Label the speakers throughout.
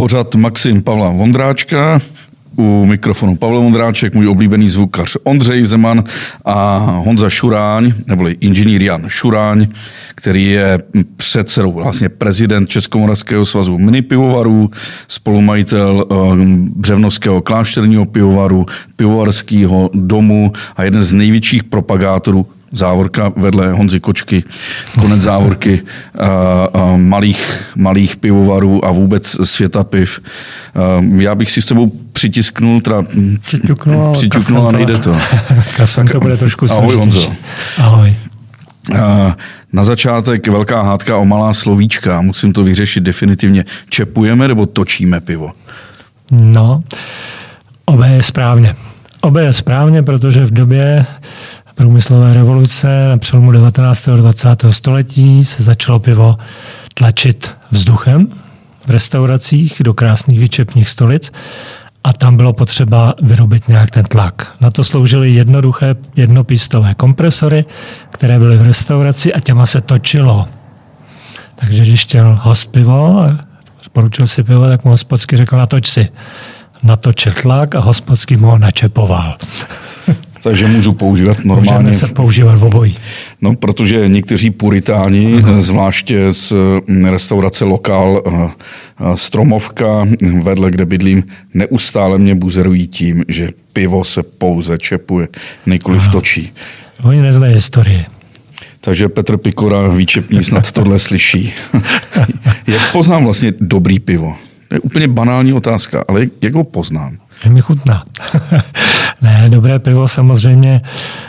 Speaker 1: pořad Maxim Pavla Vondráčka. U mikrofonu Pavel Vondráček, můj oblíbený zvukař Ondřej Zeman a Honza Šuráň, neboli inženýr Jan Šuráň, který je předsedou, vlastně prezident Českomoravského svazu minipivovarů, spolumajitel Břevnovského klášterního pivovaru, pivovarského domu a jeden z největších propagátorů závorka vedle Honzy Kočky, konec závorky malých pivovarů a vůbec světa piv. Já bych si s tebou přitisknul, přiťuknul a nejde to.
Speaker 2: Kafem to bude trošku
Speaker 1: složitější. Ahoj Honzo.
Speaker 2: Ahoj.
Speaker 1: Na začátek velká hádka o malá slovíčka. Musím to vyřešit definitivně. Čepujeme nebo točíme pivo?
Speaker 2: No, obé je správně, protože v době průmyslové revoluce na přelomu 19. a 20. století se začalo pivo tlačit vzduchem v restauracích do krásných výčepních stolic a tam bylo potřeba vyrobit nějak ten tlak. Na to sloužily jednoduché jednopístové kompresory, které byly v restauraci a těma se točilo. Takže když chtěl host pivo a poručil si pivo, tak mu hospodský řekl natoč si. Natočil tlak a hospodský mu ho načepoval.
Speaker 1: Takže můžu používat normálně.
Speaker 2: Můžeme se používat obojí.
Speaker 1: No, protože někteří puritáni, zvláště z restaurace Lokál Stromovka, vedle kde bydlím, neustále mě buzerují tím, že pivo se pouze čepuje, nikoliv točí.
Speaker 2: Oni neznají historii.
Speaker 1: Takže Petr Pikora, výčepní, snad tohle slyší. Jak poznám vlastně dobrý pivo? To je úplně banální otázka, ale jak ho poznám?
Speaker 2: Že mi chutná. Ne, dobré pivo samozřejmě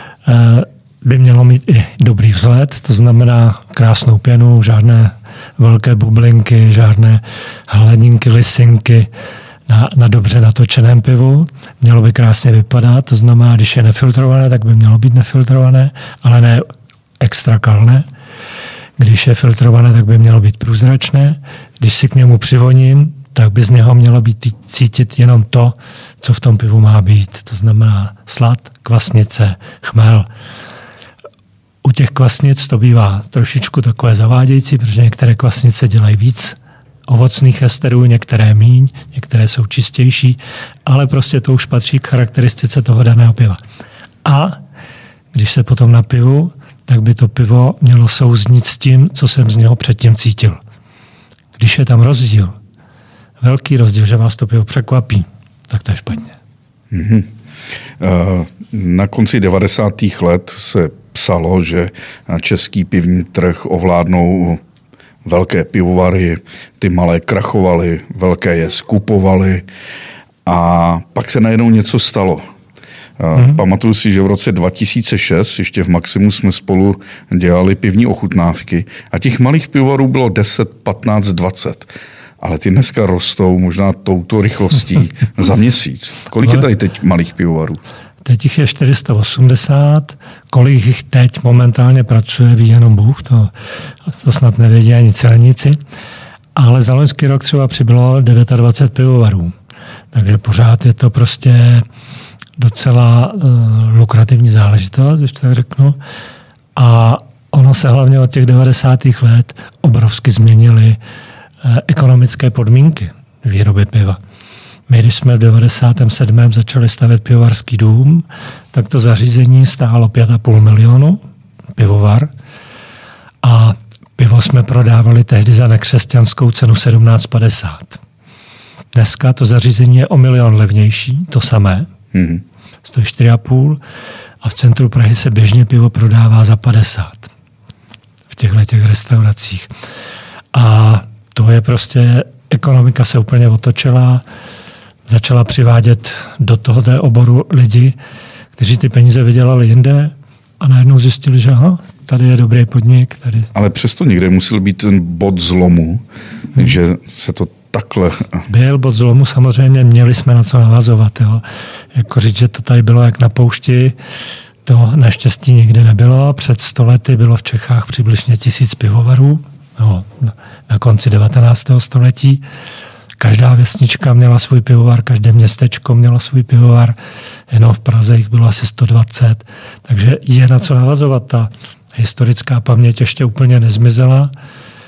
Speaker 2: by mělo mít i dobrý vzhled, to znamená krásnou pěnu, žádné velké bublinky, žádné hladinky, lisinky na dobře natočeném pivu. Mělo by krásně vypadat, to znamená, když je nefiltrované, tak by mělo být nefiltrované, ale ne extra kalné. Když je filtrované, tak by mělo být průzračné. Když si k němu přivoním, tak by z něho mělo být cítit jenom to, co v tom pivu má být. To znamená slad, kvasnice, chmel. U těch kvasnic to bývá trošičku takové zavádějící, protože některé kvasnice dělají víc ovocných esterů, některé míň, některé jsou čistější, ale prostě to už patří k charakteristice toho daného piva. A když se potom napiju, tak by to pivo mělo souznít s tím, co jsem z něho předtím cítil. Když je tam rozdíl, velký rozdíl, že vás to pivo překvapí, tak to je špatně.
Speaker 1: Mm-hmm. Na konci 90. let se psalo, že český pivní trh ovládnou velké pivovary, ty malé krachovaly, velké je skupovaly a pak se najednou něco stalo. Pamatuju si, že v roce 2006 ještě v Maximu jsme spolu dělali pivní ochutnávky a těch malých pivovarů bylo 10, 15, 20. Ale ty dneska rostou možná touto rychlostí za měsíc. Kolik je tady teď malých pivovarů?
Speaker 2: Teď jich je 480. Kolik jich teď momentálně pracuje, ví jenom Bůh. To snad nevědí ani celníci. Ale za loňský rok třeba přibylo 29 pivovarů. Takže pořád je to prostě docela lukrativní záležitost, když to tak řeknu. A ono se hlavně od těch 90. let obrovsky změnily ekonomické podmínky výroby piva. My, když jsme v 97. začali stavět pivovarský dům, tak to zařízení stálo 5,5 milionu, pivovar, a pivo jsme prodávali tehdy za nekřesťanskou cenu 17,50. Dneska to zařízení je o 1 milion levnější, to samé, stojí 4,5 a v centru Prahy se běžně pivo prodává za 50 v těchto restauracích. A to je prostě, ekonomika se úplně otočila, začala přivádět do tohoto oboru lidi, kteří ty peníze vydělali jinde a najednou zjistili, že tady je dobrý podnik. Tady.
Speaker 1: Ale přesto někde musel být ten bod zlomu, že se to takhle...
Speaker 2: Byl bod zlomu, samozřejmě měli jsme na co navazovat. Jo. Jako říct, že to tady bylo jak na poušti, to naštěstí nikdy nebylo. Před 100 lety bylo v Čechách přibližně 1000 pivovarů. No, na konci 19. století. Každá vesnička měla svůj pivovar, každé městečko mělo svůj pivovar, jenom v Praze jich bylo asi 120. Takže je na co navazovat. Ta historická paměť ještě úplně nezmizela.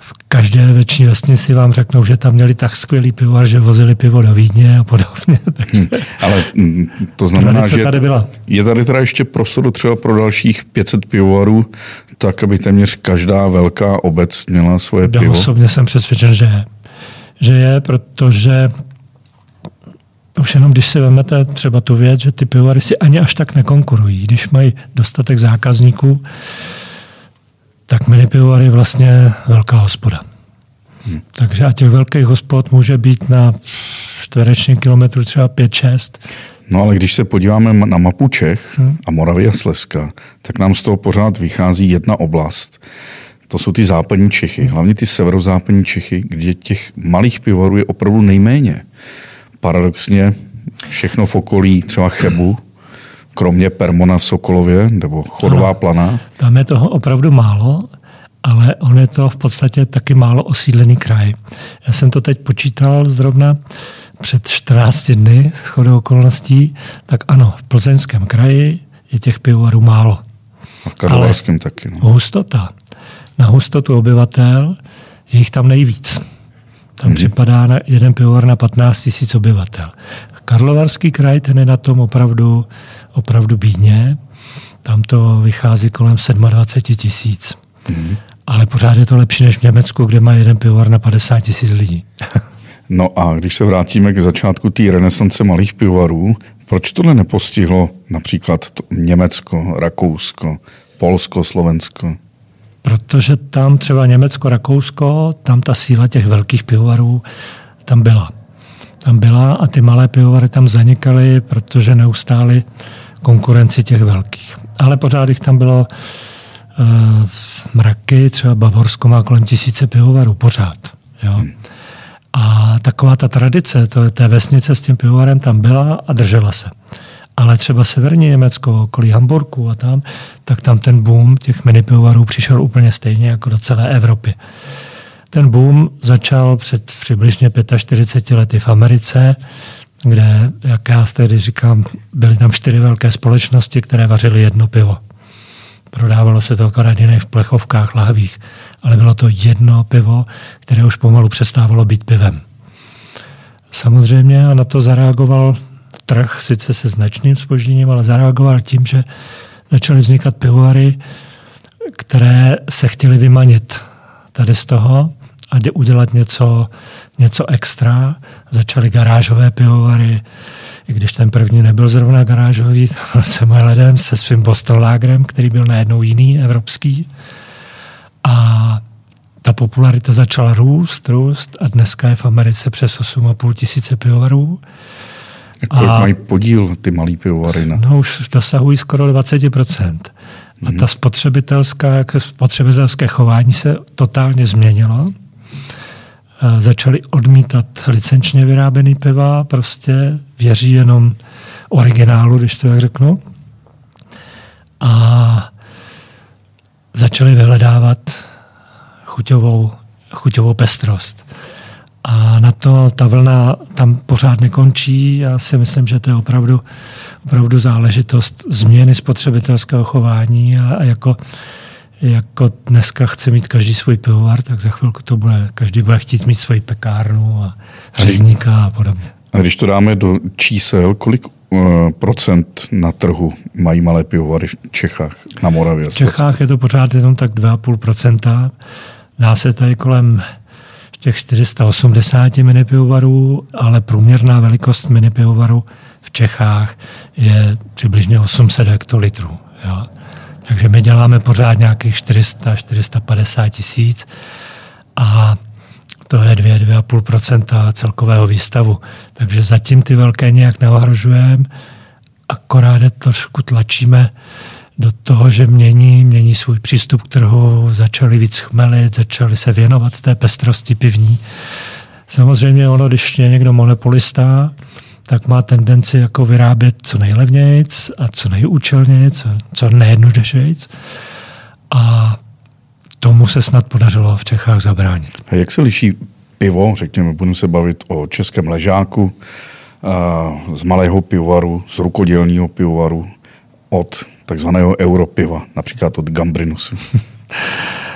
Speaker 2: v každé větší vesnici vám řeknou, že tam měli tak skvělý pivovar, že vozili pivo do Vídně a podobně.
Speaker 1: Ale to znamená, že je tady teda ještě prostor třeba pro dalších 500 pivovarů, tak aby téměř každá velká obec měla svoje pivo?
Speaker 2: Já osobně jsem přesvědčen, že je, protože už jenom když si vezmete třeba tu věc, že ty pivovary si ani až tak nekonkurují. Když mají dostatek zákazníků, tak mini pivovar je vlastně velká hospoda. Takže a těch velkých hospod může být na čtverečním kilometru třeba 5-6.
Speaker 1: No ale když se podíváme na mapu Čech a Moravy a Slezska, tak nám z toho pořád vychází jedna oblast. To jsou ty západní Čechy, hlavně ty severozápadní Čechy, kde těch malých pivovarů je opravdu nejméně. Paradoxně všechno v okolí třeba Chebu, kromě Permona v Sokolově nebo Chodová Planá.
Speaker 2: Tam je toho opravdu málo, ale on je to v podstatě taky málo osídlený kraj. Já jsem to teď počítal zrovna před 14 dny shodou okolností, tak ano, v Plzeňském kraji je těch pivovarů málo.
Speaker 1: A v Karlovarském taky. No.
Speaker 2: Hustota. Na hustotu obyvatel je jich tam nejvíc. Tam připadá na jeden pivovar na 15 000 obyvatel. Karlovarský kraj, ten je na tom opravdu bídně. Tam to vychází kolem 27 000. Ale pořád je to lepší než v Německu, kde má jeden pivovar na 50 000 lidí.
Speaker 1: No a když se vrátíme k začátku té renesance malých pivovarů, proč tohle nepostihlo například Německo, Rakousko, Polsko, Slovensko?
Speaker 2: Protože tam třeba Německo, Rakousko, tam ta síla těch velkých pivovarů tam byla. Tam byla a ty malé pivovary tam zanikaly, protože neustály konkurenci těch velkých. Ale pořád jich tam bylo mraky, třeba Bavorsko má kolem 1000 pivovarů, pořád. Jo. A taková ta tradice té vesnice s tím pivovarem tam byla a držela se. Ale třeba severní Německo, okolí Hamburku a tam, tak tam ten boom těch mini pivovarů přišel úplně stejně jako do celé Evropy. Ten boom začal před přibližně 45 lety v Americe, kde, jak já tedy říkám, byly tam 4 velké společnosti, které vařily jedno pivo. Prodávalo se to akorát jiné v plechovkách, lahvích, ale bylo to jedno pivo, které už pomalu přestávalo být pivem. Samozřejmě na to zareagoval trh, sice se značným zpožděním, ale zareagoval tím, že začaly vznikat pivovary, které se chtěly vymanit tady z toho a udělat něco extra. Začaly garážové pivovary, i když ten první nebyl zrovna garážový, byl Semmelweis se svým Boston Lagerem, který byl najednou jiný, evropský. A ta popularita začala růst a dneska je v Americe přes 8 500 pivovarů.
Speaker 1: Kolik mají podíl ty malý pivovary?
Speaker 2: No už dosahují skoro 20%. A ta spotřebitelské chování se totálně změnilo. Začali odmítat licenčně vyrábený piva, prostě věří jenom originálu, když to tak řeknu. A začali vyhledávat chuťovou pestrost. A na to ta vlna tam pořád nekončí. Já si myslím, že to je opravdu záležitost změny spotřebitelského chování a jako dneska chce mít každý svůj pivovar, tak za chvilku každý bude chtít mít svoji pekárnu a řezníka a podobně.
Speaker 1: A když to dáme do čísel, kolik procent na trhu mají malé pivovary v Čechách, na Moravě?
Speaker 2: V Čechách je to pořád jenom tak 2,5%. Dá se tady kolem těch 480 minipivovarů, ale průměrná velikost minipivovaru v Čechách je přibližně 800 hektolitrů. Jo. Takže my děláme pořád nějakých 400-450 tisíc a to je 2,5% celkového výstavu. Takže zatím ty velké nějak neohrožujeme, akorát trošku tlačíme do toho, že mění svůj přístup k trhu, začali víc chmelit, začali se věnovat té pestrosti pivní. Samozřejmě ono, když je někdo monopolista, tak má tendenci jako vyrábět co nejlevnějc a co nejúčelnějc, co nejjednodušejc. A tomu se snad podařilo v Čechách zabránit.
Speaker 1: A jak se liší pivo, řekněme, budeme se bavit o českém ležáku, z malého pivovaru, z rukodělního pivovaru, od takzvaného europiva, například od Gambrinusu?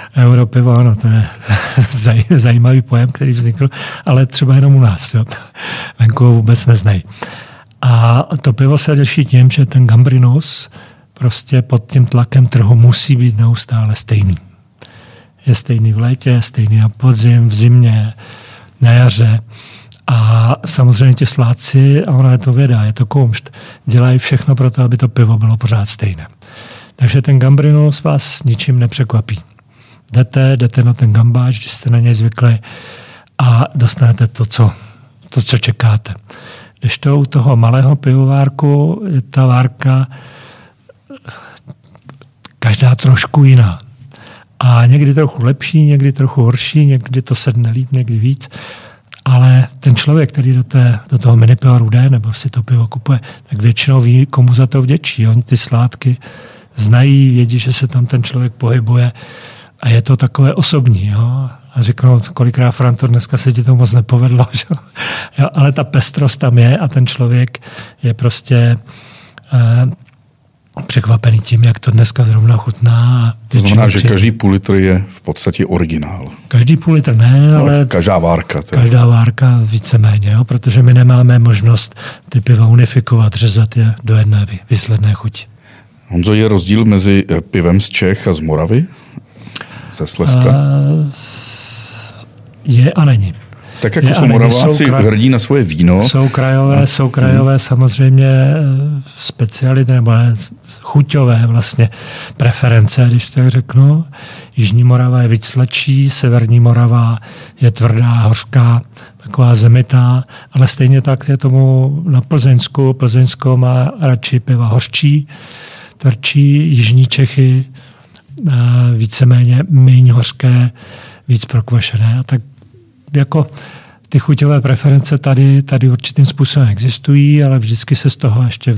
Speaker 2: Europivo, ano, to je zajímavý pojem, který vznikl, ale třeba jenom u nás. Jo. Venku ho vůbec neznají. A to pivo se liší tím, že ten Gambrinus prostě pod tím tlakem trhu musí být neustále stejný. Je stejný v létě, stejný na podzim, v zimě, na jaře. A samozřejmě ti sládci, a ona je to věda, je to kumšt, dělají všechno pro to, aby to pivo bylo pořád stejné. Takže ten Gambrinus vás ničím nepřekvapí. Jdete na ten gambáč, když jste na něj zvykli a dostanete to, co čekáte. Když to u toho malého pivovárku je ta várka každá trošku jiná. A někdy trochu lepší, někdy trochu horší, někdy to sedne líp, někdy víc. Ale ten člověk, který do toho minipivovaru jde nebo si to pivo kupuje, tak většinou ví, komu za to vděčí. Oni ty sládky znají, vědí, že se tam ten člověk pohybuje a je to takové osobní. Jo? A řeknou, kolikrát Franto, dneska se ti to moc nepovedlo. Že? Jo, ale ta pestrost tam je a ten člověk je prostě překvapený tím, jak to dneska zrovna chutná.
Speaker 1: To znamená, že každý půl litr je v podstatě originál.
Speaker 2: Každý půl litr ne, ale
Speaker 1: každá várka.
Speaker 2: Každá várka víceméně, jo, protože my nemáme možnost ty piva unifikovat, řezat je do jedné výsledné chuti.
Speaker 1: Honzo, je rozdíl mezi pivem z Čech a z Moravy? Ze Slezska?
Speaker 2: Je a není.
Speaker 1: Tak jako jsou Moraváci hrdí na svoje víno.
Speaker 2: Jsou krajové samozřejmě speciality, nebo chuťové vlastně preference, když tak řeknu. Jižní Morava je víc sladší, severní Morava je tvrdá, hořká, taková zemitá, ale stejně tak je tomu na Plzeňsku. Plzeňsko má radši piva hořčí, tvrdší, jižní Čechy víceméně méně hořké, víc prokvašené. A tak jako ty chuťové preference tady určitým způsobem existují, ale vždycky se z toho ještě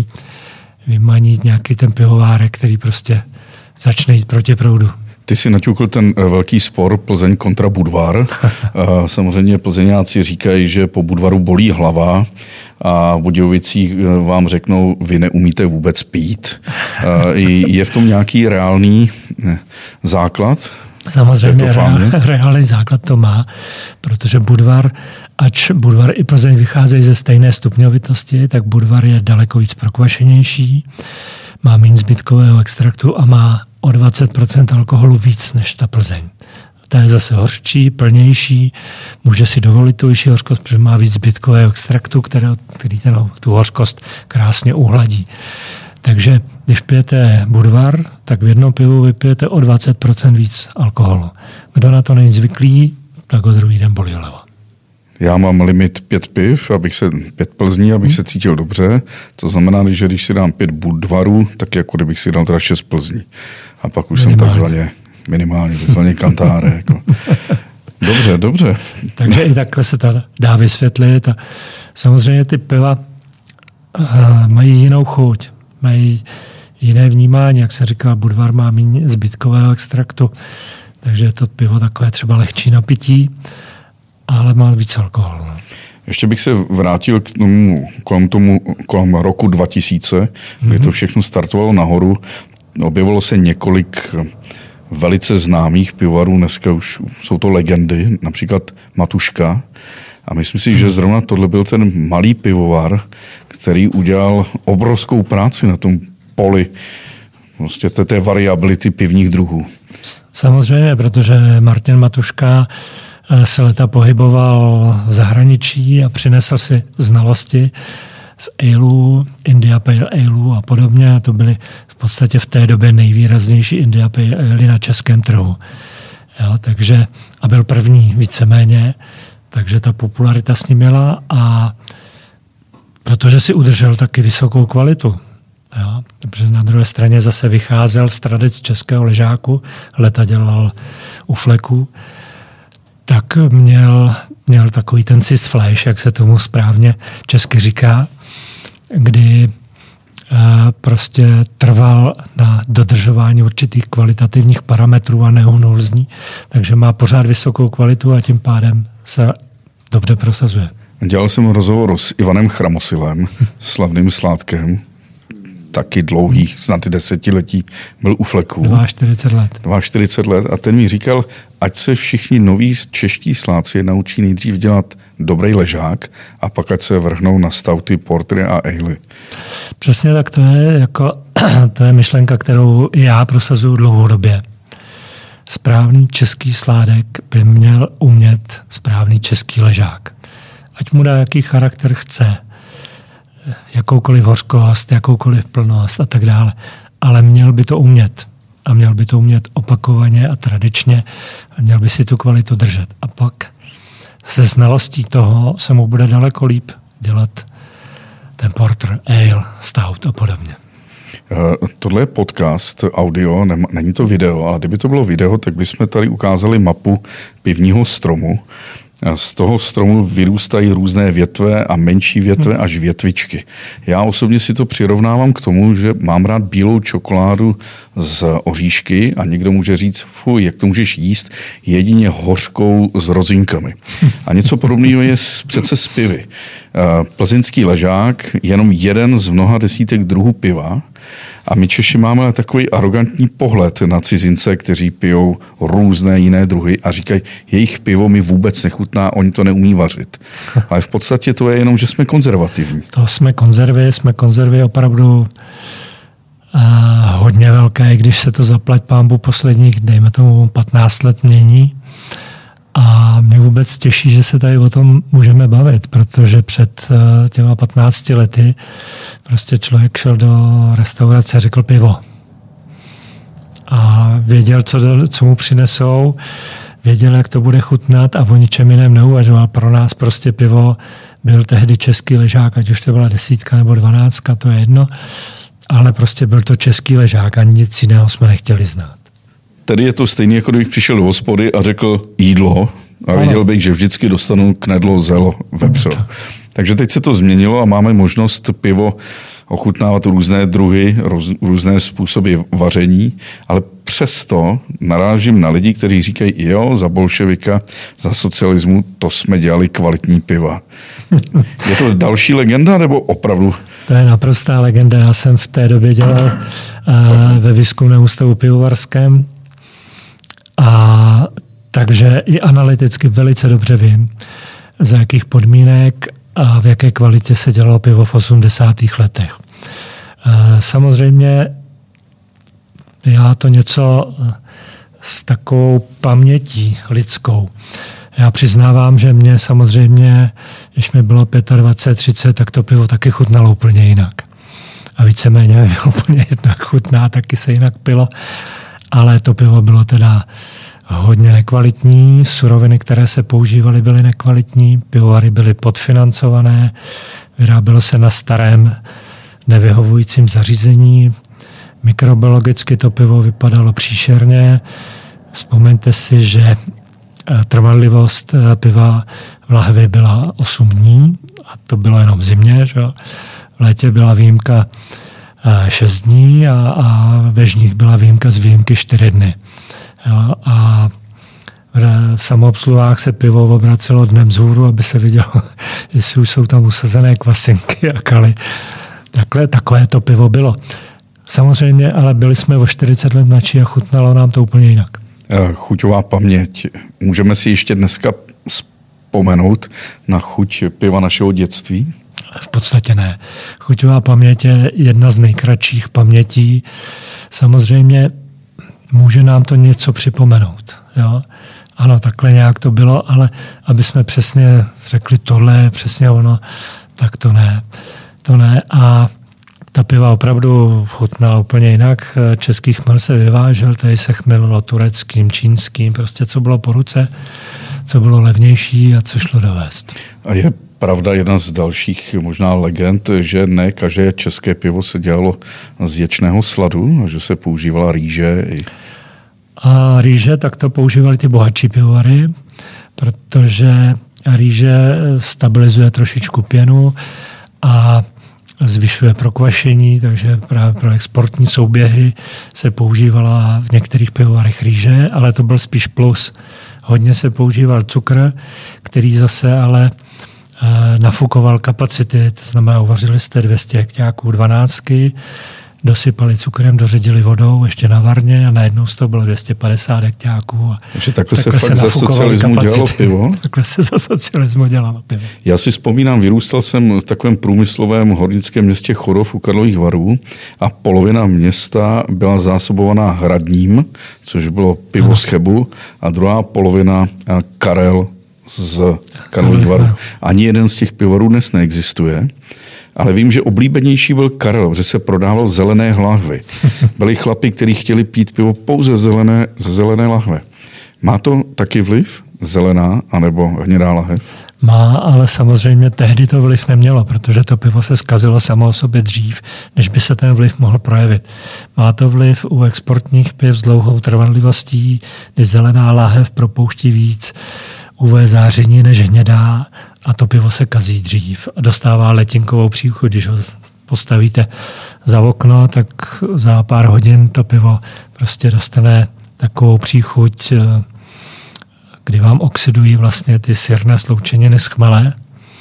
Speaker 2: vymaní nějaký ten pivovárek, který prostě začne jít proti proudu.
Speaker 1: Ty si naťukl ten velký spor Plzeň kontra Budvar. Samozřejmě Plzeňáci říkají, že po Budvaru bolí hlava a v Budějovicích vám řeknou, vy neumíte vůbec pít. Je v tom nějaký reálný základ?
Speaker 2: Samozřejmě reálný základ to má, protože Budvar, ač Budvar i Plzeň vycházejí ze stejné stupňovitosti, tak Budvar je daleko víc prokvašenější, má méně zbytkového extraktu a má o 20% alkoholu víc než ta Plzeň. Ta je zase hořčí, plnější, může si dovolit tu vyšší hořkost, protože má víc zbytkového extraktu, který tu hořkost krásně uhladí. Takže když pijete Budvar, tak v jednom pivu vypijete o 20% víc alkoholu. Kdo na to není zvyklý, tak ho druhý den bolí hlava.
Speaker 1: Já mám limit 5 piv, 5 Plzní, abych se cítil dobře. To znamená, že když si dám 5 Budvarů, tak jako kdybych si dal teda 6 Plzní. A pak už jsem takzvaně kantáre. Jako. Dobře.
Speaker 2: Takže i takhle se to dá vysvětlit. A samozřejmě ty piva mají jinou chuť, mají jiné vnímání. Jak jsem říkal, Budvar má méně zbytkového extraktu, takže je to pivo takové třeba lehčí na pití, ale má víc alkoholu.
Speaker 1: Ještě bych se vrátil k tomu kolem roku 2000, kdy to všechno startovalo nahoru. Objevilo se několik velice známých pivovarů, dneska už jsou to legendy, například Matuška. A myslím si, že zrovna tohle byl ten malý pivovar, který udělal obrovskou práci na tom poli vlastně té variability pivních druhů. Samozřejmě,
Speaker 2: protože Martin Matuška se leta pohyboval v zahraničí a přinesl si znalosti z aleů, India Pale Ale a podobně. A to byly v podstatě v té době nejvýraznější India Pale Ale na českém trhu. Jo, takže, a byl první víceméně, takže ta popularita s ním měla a protože si udržel taky vysokou kvalitu. Jo, protože na druhé straně zase vycházel z tradic českého ležáku, leta dělal u Fleku, tak měl takový ten cis flash, jak se tomu správně česky říká, kdy prostě trval na dodržování určitých kvalitativních parametrů a neuhnul z ní, takže má pořád vysokou kvalitu a tím pádem se dobře prosazuje.
Speaker 1: Dělal jsem rozhovor s Ivanem Chramosilem, slavným sládkem. taky dlouhých, snad 10letí, byl u fleku.
Speaker 2: 42
Speaker 1: let a ten mi říkal, ať se všichni noví čeští sláci naučí nejdřív dělat dobrý ležák a pak ať se vrhnou na stouty, portery a ale.
Speaker 2: Přesně tak to je myšlenka, kterou já prosazuju dlouhodobě. Správný český sládek by měl umět správný český ležák. Ať mu dá jaký charakter chce, jakoukoliv hořkost, jakoukoliv plnost a tak dále. Ale měl by to umět. A měl by to umět opakovaně a tradičně. A měl by si tu kvalitu držet. A pak se znalostí toho se mu bude daleko líp dělat ten porter, ale, stout a podobně.
Speaker 1: Tohle je podcast, audio, není to video, ale kdyby to bylo video, tak bychom tady ukázali mapu pivního stromu. Z toho stromu vyrůstají různé větve a menší větve až větvičky. Já osobně si to přirovnávám k tomu, že mám rád bílou čokoládu z oříšky a někdo může říct, fuj, jak to můžeš jíst jedině hořkou s rozinkami. A něco podobného je přece s pivy. Plzeňský ležák, jenom jeden z mnoha desítek druhů piva. A my Češi máme takový arrogantní pohled na cizince, kteří pijou různé jiné druhy a říkají, jejich pivo mi vůbec nechutná, oni to neumí vařit. Ale v podstatě to je jenom, že jsme konzervativní.
Speaker 2: To jsme konzervy opravdu hodně velké, když se to zaplať pánbu posledních, dejme tomu 15 let mění. A mě vůbec těší, že se tady o tom můžeme bavit, protože před těma 15 lety prostě člověk šel do restaurace a řekl pivo. A věděl, co mu přinesou, věděl, jak to bude chutnat a o ničem jiném neuvažoval. Pro nás prostě pivo byl tehdy český ležák, ať už to byla 10 nebo 12, to je jedno, ale prostě byl to český ležák a nic jiného jsme nechtěli znát.
Speaker 1: Tedy je to stejně, jako kdybych přišel do hospody a řekl jídlo a věděl bych, že vždycky dostanu knedlo, zelo, vepřo. Takže teď se to změnilo a máme možnost pivo ochutnávat různé druhy, různé způsoby vaření, ale přesto narážím na lidi, kteří říkají, jo, za bolševika, za socialismu, to jsme dělali kvalitní piva. Je to další legenda, nebo opravdu?
Speaker 2: To je naprostá legenda. Já jsem v té době dělal ve Výzkumném ústavu pivovarském a takže i analyticky velice dobře vím, za jakých podmínek a v jaké kvalitě se dělalo pivo v 80. letech. Samozřejmě já to něco s takovou pamětí lidskou. Já přiznávám, že mě samozřejmě, když mi bylo 25, 30, tak to pivo taky chutnalo úplně jinak. A víceméně bylo úplně jinak chutná, taky se jinak pilo. Ale to pivo bylo teda hodně nekvalitní, suroviny, které se používaly, byly nekvalitní, pivovary byly podfinancované, vyrábělo se na starém nevyhovujícím zařízení, mikrobiologicky to pivo vypadalo příšerně. Vzpomeňte si, že trvanlivost piva v lahvi byla 8 dní a to bylo jenom v zimě. Že? V létě byla výjimka 6 dní a ve žních byla výjimka z výjimky 4 dny. Jo? A v samoobsluhách se pivo obracelo dnem vzhůru, aby se vidělo, jestli už jsou tam usazené kvasinky a kaly. Takové to pivo bylo. Samozřejmě, ale byli jsme o 40 let mladší a chutnalo nám to úplně jinak.
Speaker 1: Chuťová paměť. Můžeme si ještě dneska vzpomenout na chuť piva našeho dětství?
Speaker 2: V podstatě ne. Chuťová paměť je jedna z nejkratších pamětí. Samozřejmě může nám to něco připomenout. Jo? Ano, takhle nějak to bylo, ale aby jsme přesně řekli tohle je přesně ono, tak to ne. To ne. A ta piva opravdu chutnala úplně jinak. Český chmel se vyvážel, tady se chmelilo tureckým, čínským, prostě co bylo po ruce, co bylo levnější a co šlo dovést.
Speaker 1: A je pravda jedna z dalších možná legend, že ne každé české pivo se dělalo z ječného sladu a že se používala rýže.
Speaker 2: A rýže, tak to používali ty bohatší pivovary, protože rýže stabilizuje trošičku pěnu a zvyšuje prokvašení, takže právě pro exportní souběhy se používala v některých pivovarech rýže, ale to byl spíš plus. Hodně se používal cukr, který zase ale nafukoval kapacity, to znamená, uvařili jste 200 hekťáků 12, dosypali cukrem, doředili vodou ještě na varně a najednou z toho bylo 250 hekťáků.
Speaker 1: Takže takhle se fakt za socialismu dělalo pivo?
Speaker 2: Takhle se za socialismu dělalo pivo.
Speaker 1: Já si vzpomínám, vyrůstal jsem v takovém průmyslovém hornickém městě Chodov u Karlových Varů a polovina města byla zásobovaná hradním, což bylo pivo z Chebu, a druhá polovina Karel z Karlových Varů. Ani jeden z těch pivovarů dnes neexistuje. Ale vím, že oblíbenější byl Karel, že se prodával zelené lahve. Byli chlapi, kteří chtěli pít pivo pouze ze zelené lahve. Má to taky vliv? Zelená anebo hnědá lahev?
Speaker 2: Má, ale samozřejmě tehdy to vliv nemělo, protože to pivo se zkazilo samo o sobě dřív, než by se ten vliv mohl projevit. Má to vliv u exportních piv s dlouhou trvanlivostí, kdy zelená lahev propouští víc UV záření než hnědá a to pivo se kazí dřív a dostává letinkovou příchuť. Když ho postavíte za okno, tak za pár hodin to pivo prostě dostane takovou příchuť, kdy vám oxidují vlastně ty sirné sloučeniny z chmele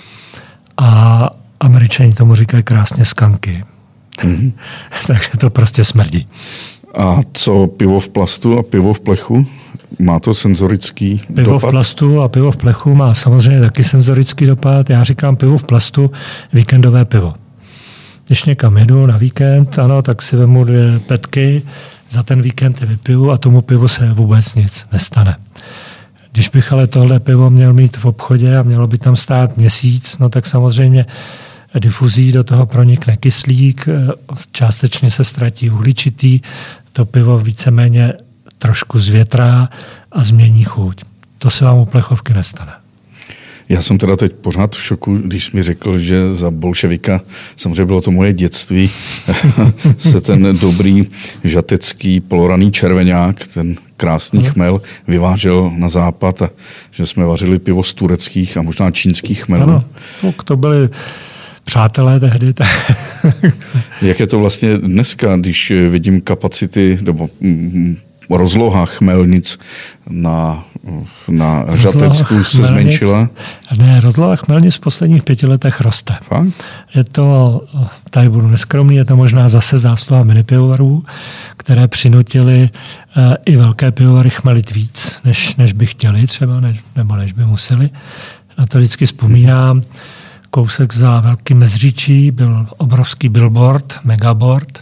Speaker 2: a Američani tomu říkají krásně skanky. Mm-hmm. Takže to prostě smrdí.
Speaker 1: A co pivo v plastu a pivo v plechu? Má to senzorický dopad?
Speaker 2: Pivo v plastu a pivo v plechu má samozřejmě taky senzorický dopad. Já říkám pivo v plastu, víkendové pivo. Když někam jedu na víkend, ano, tak si vemu 2 petky, za ten víkend je vypiju a tomu pivu se vůbec nic nestane. Když bych ale tohle pivo měl mít v obchodě a mělo by tam stát měsíc, no tak samozřejmě difuzí do toho pronikne kyslík, částečně se ztratí uhličitý, to pivo víceméně trošku zvětrá a změní chuť. To se vám u plechovky nestane.
Speaker 1: Já jsem teda teď pořád v šoku, když jsi mi řekl, že za bolševika, samozřejmě bylo to moje dětství, se ten dobrý žatecký poloraný červeňák, ten krásný chmel, vyvážel na západ a že jsme vařili pivo z tureckých a možná čínských chmelů.
Speaker 2: Ano, to byly přátelé tehdy.
Speaker 1: Jak je to vlastně dneska, když vidím kapacity nebo rozloha chmelnic na Žatecku se zmenšila?
Speaker 2: Ne, rozloha chmelnic v posledních 5 letech roste.
Speaker 1: Fakt?
Speaker 2: Je to, tady budu neskromný, je to možná zase zásluha minipivovarů, které přinutili i velké pivovary chmelit víc, než by chtěli třeba, nebo než by museli. Na to vždycky vzpomínám. Kousek za Velkým Mezříčí byl obrovský billboard, megaboard,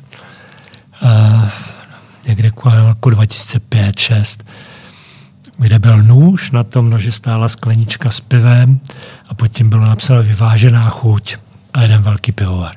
Speaker 2: někde kolem roku 2005-2006, kde byl nůž, na tom noži stála sklenička s pivem a pod tím bylo napsáno vyvážená chuť a jeden velký pivovar.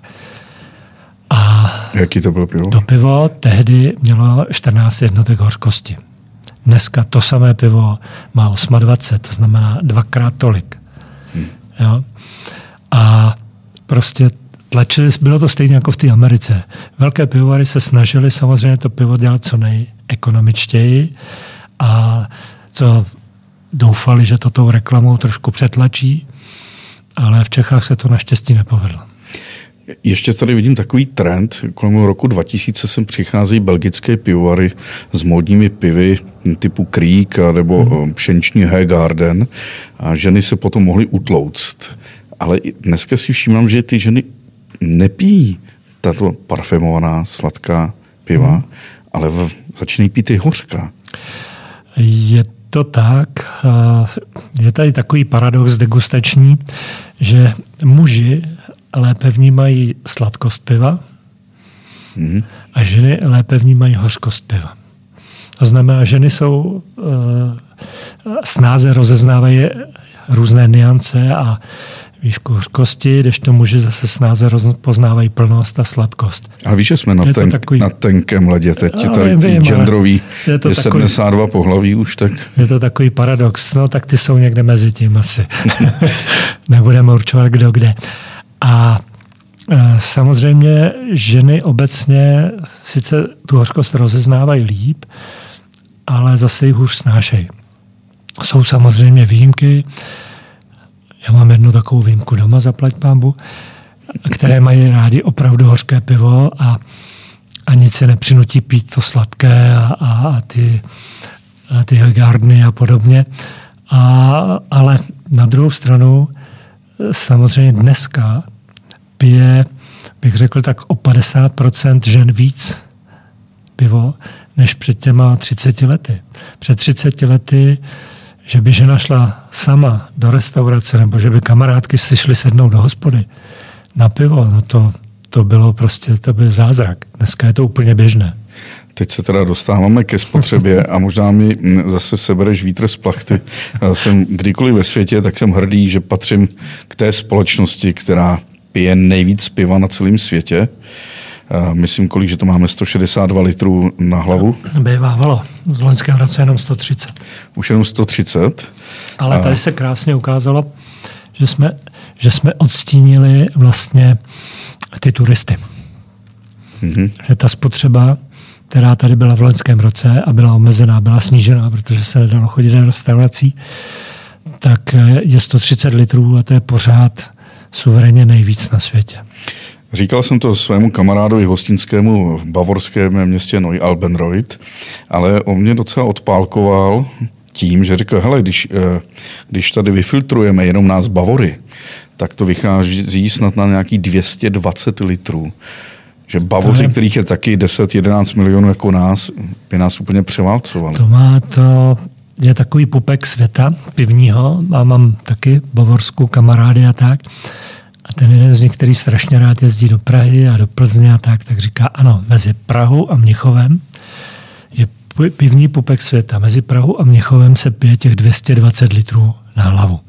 Speaker 2: A
Speaker 1: jaký to bylo pivo?
Speaker 2: To pivo tehdy mělo 14 jednotek hořkosti. Dneska to samé pivo má 28, to znamená 2x tolik. Jo? A prostě tlačili, bylo to stejně jako v té Americe. Velké pivovary se snažili samozřejmě to pivo dělat co nejekonomičtěji a co doufali, že to tou reklamou trošku přetlačí, ale v Čechách se to naštěstí nepovedlo.
Speaker 1: Ještě tady vidím takový trend. Kolem roku 2000 sem přicházejí belgické pivovary s módními pivy typu Kriek nebo pšeniční Hegarden a ženy se potom mohly utlouct. Ale dneska si všímám, že ty ženy nepijí tato parfémovaná sladká piva, ale začínají pít i hořká.
Speaker 2: Je to tak. Je tady takový paradox degustační, že muži lépe vnímají sladkost piva a ženy lépe vnímají hořkost piva. To znamená, ženy jsou snáze rozeznávají různé nuance a výšku hořkosti, kdežto muži zase snáze poznávají plnost a sladkost.
Speaker 1: Ale víš, že jsme na tenkém ledě teď. Tady ty genderový je 72 pohlaví už, tak...
Speaker 2: Je to takový paradox. No tak ty jsou někde mezi tím asi. Nebudeme určovat kdo kde. A samozřejmě ženy obecně sice tu hořkost rozeznávají líp, ale zase ji hůř snášejí. Jsou samozřejmě výjimky. Já mám jednu takovou výjimku doma, zaplať pánbu, které mají rádi opravdu hořké pivo a nic se nepřinutí pít to sladké a ty Hegardny a podobně. Ale na druhou stranu samozřejmě dneska pije, bych řekl, tak o 50% žen víc pivo, než před těma 30 lety. Před 30 lety, že by žena šla sama do restaurace, nebo že by kamarádky si šly sednout do hospody na pivo, no to bylo prostě, to byl zázrak. Dneska je to úplně běžné.
Speaker 1: Teď se teda dostáváme ke spotřebě a možná mi zase sebereš vítr z plachty. Jsem kdykoliv ve světě, tak jsem hrdý, že patřím k té společnosti, která pije nejvíc piva na celém světě. Myslím, kolik, že to máme 162 litrů na hlavu.
Speaker 2: Bývávalo. V loňském roce jenom 130.
Speaker 1: Už jenom 130.
Speaker 2: Ale tady se krásně ukázalo, že jsme odstínili vlastně ty turisty. Mm-hmm. Že ta spotřeba, která tady byla v loňském roce a byla omezená, byla snížená, protože se nedalo chodit do restaurací, tak je 130 litrů a to je pořád suverénně nejvíc na světě.
Speaker 1: Říkal jsem to svému kamarádovi hostinskému v bavorském městě Neu-Albenreuth, ale on mě docela odpálkoval tím, že řekl, hele, když tady vyfiltrujeme jenom nás Bavory, tak to vychází snad na nějaký 220 litrů. Že Bavoři, kterých je taky 10-11 milionů jako nás, by nás úplně převálcovali.
Speaker 2: To je takový pupek světa pivního a mám taky bavorskou kamarády a tak. A ten jeden z nich, který strašně rád jezdí do Prahy a do Plzně a tak říká, ano, mezi Prahou a Mnichovem je pivní pupek světa. Mezi Prahou a Mnichovem se pije těch 220 litrů na hlavu,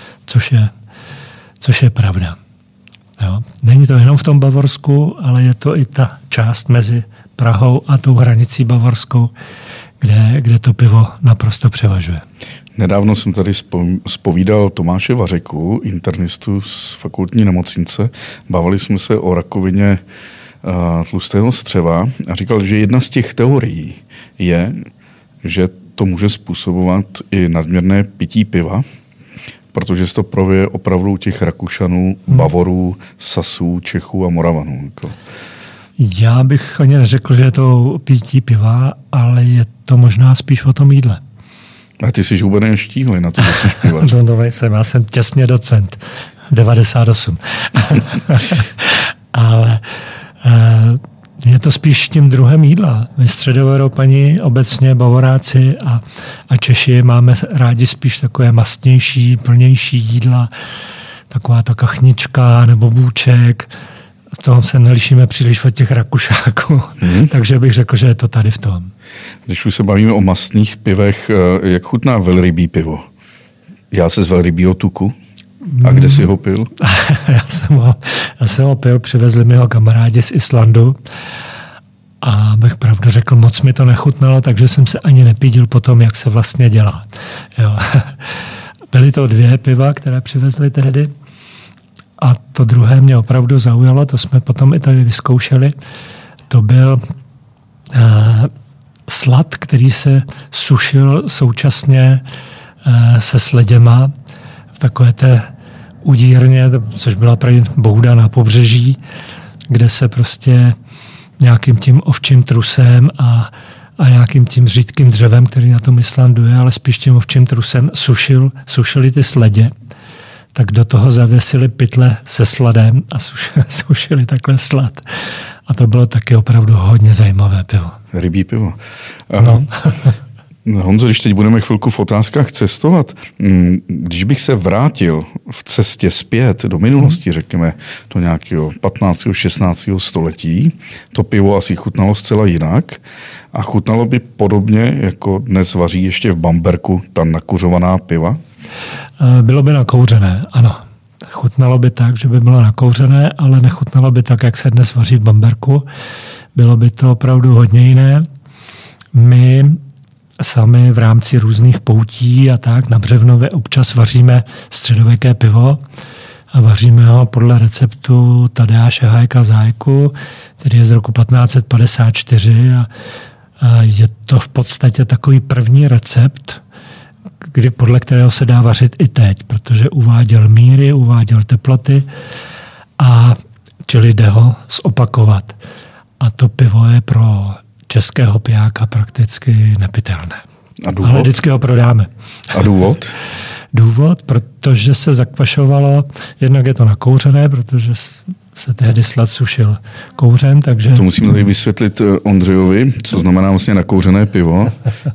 Speaker 2: což je pravda. Jo. Není to jenom v tom Bavorsku, ale je to i ta část mezi Prahou a tou hranicí bavorskou, kde to pivo naprosto převažuje.
Speaker 1: Nedávno jsem tady zpovídal Tomáše Vařeku, internistu z fakultní nemocnice. Bavili jsme se o rakovině tlustého střeva a říkal, že jedna z těch teorií je, že to může způsobovat i nadměrné pití piva, protože se to projeví opravdu u těch Rakušanů, Bavorů, Sasů, Čechů a Moravanů.
Speaker 2: Já bych ani neřekl, že je to pití piva, ale je to možná spíš o tom jídle.
Speaker 1: A ty jsi hubený štíhlý na to, že jsi pivař.
Speaker 2: No, nejsem, já jsem těsně docent. 98. Ale je to spíš tím druhem jídla. My středoevropani, obecně Bavoráci a Češi máme rádi spíš takové mastnější, plnější jídla, taková ta kachnička nebo bůček. V tom se nelišíme příliš od těch Rakušáků. Takže bych řekl, že je to tady v tom.
Speaker 1: Když už se bavíme o mastných pivech, jak chutná velrybí pivo? Já se z velrybího tuku. A kde jsi ho pil?
Speaker 2: Já jsem ho pil, přivezli mi ho kamarádi z Islandu a bych pravdu řekl, moc mi to nechutnalo, takže jsem se ani nepídil po tom, jak se vlastně dělá. Jo. Byly to 2 piva, které přivezli tehdy a to druhé mě opravdu zaujalo, to jsme potom i tady vyzkoušeli. To byl slad, který se sušil současně se sleděma v takové té udírně, což byla právě bouda na pobřeží, kde se prostě nějakým tím ovčím trusem a nějakým tím řídkým dřevem, který na tom Islandu je, ale spíš tím ovčím trusem sušili ty sledě, tak do toho zavěsili pytle se sladem a sušili takhle slad. A to bylo taky opravdu hodně zajímavé pivo.
Speaker 1: Rybí pivo.
Speaker 2: No.
Speaker 1: Honzo, když teď budeme chvilku v otázkách cestovat, když bych se vrátil v cestě zpět do minulosti, řekněme, do nějakého 15. 16. století, to pivo asi chutnalo zcela jinak a chutnalo by podobně, jako dnes vaří ještě v Bamberku ta nakuřovaná piva?
Speaker 2: Bylo by nakouřené, ano. Chutnalo by tak, že by bylo nakouřené, ale nechutnalo by tak, jak se dnes vaří v Bamberku. Bylo by to opravdu hodně jiné. My sami v rámci různých poutí a tak na Břevnově občas vaříme středověké pivo a vaříme ho podle receptu Tadeáše Hájka Zájku, který je z roku 1554 a je to v podstatě takový první recept, podle kterého se dá vařit i teď, protože uváděl míry, uváděl teploty a čili jde ho zopakovat. A to pivo je pro českého pijáka prakticky nepitelné.
Speaker 1: A důvod?
Speaker 2: Ale vždycky ho prodáme.
Speaker 1: A důvod?
Speaker 2: důvod, protože se zakvašovalo, jednak je to nakouřené, protože se tehdy slad sušil kouřem, takže...
Speaker 1: To musím tady vysvětlit Ondřejovi, co znamená vlastně nakouřené pivo.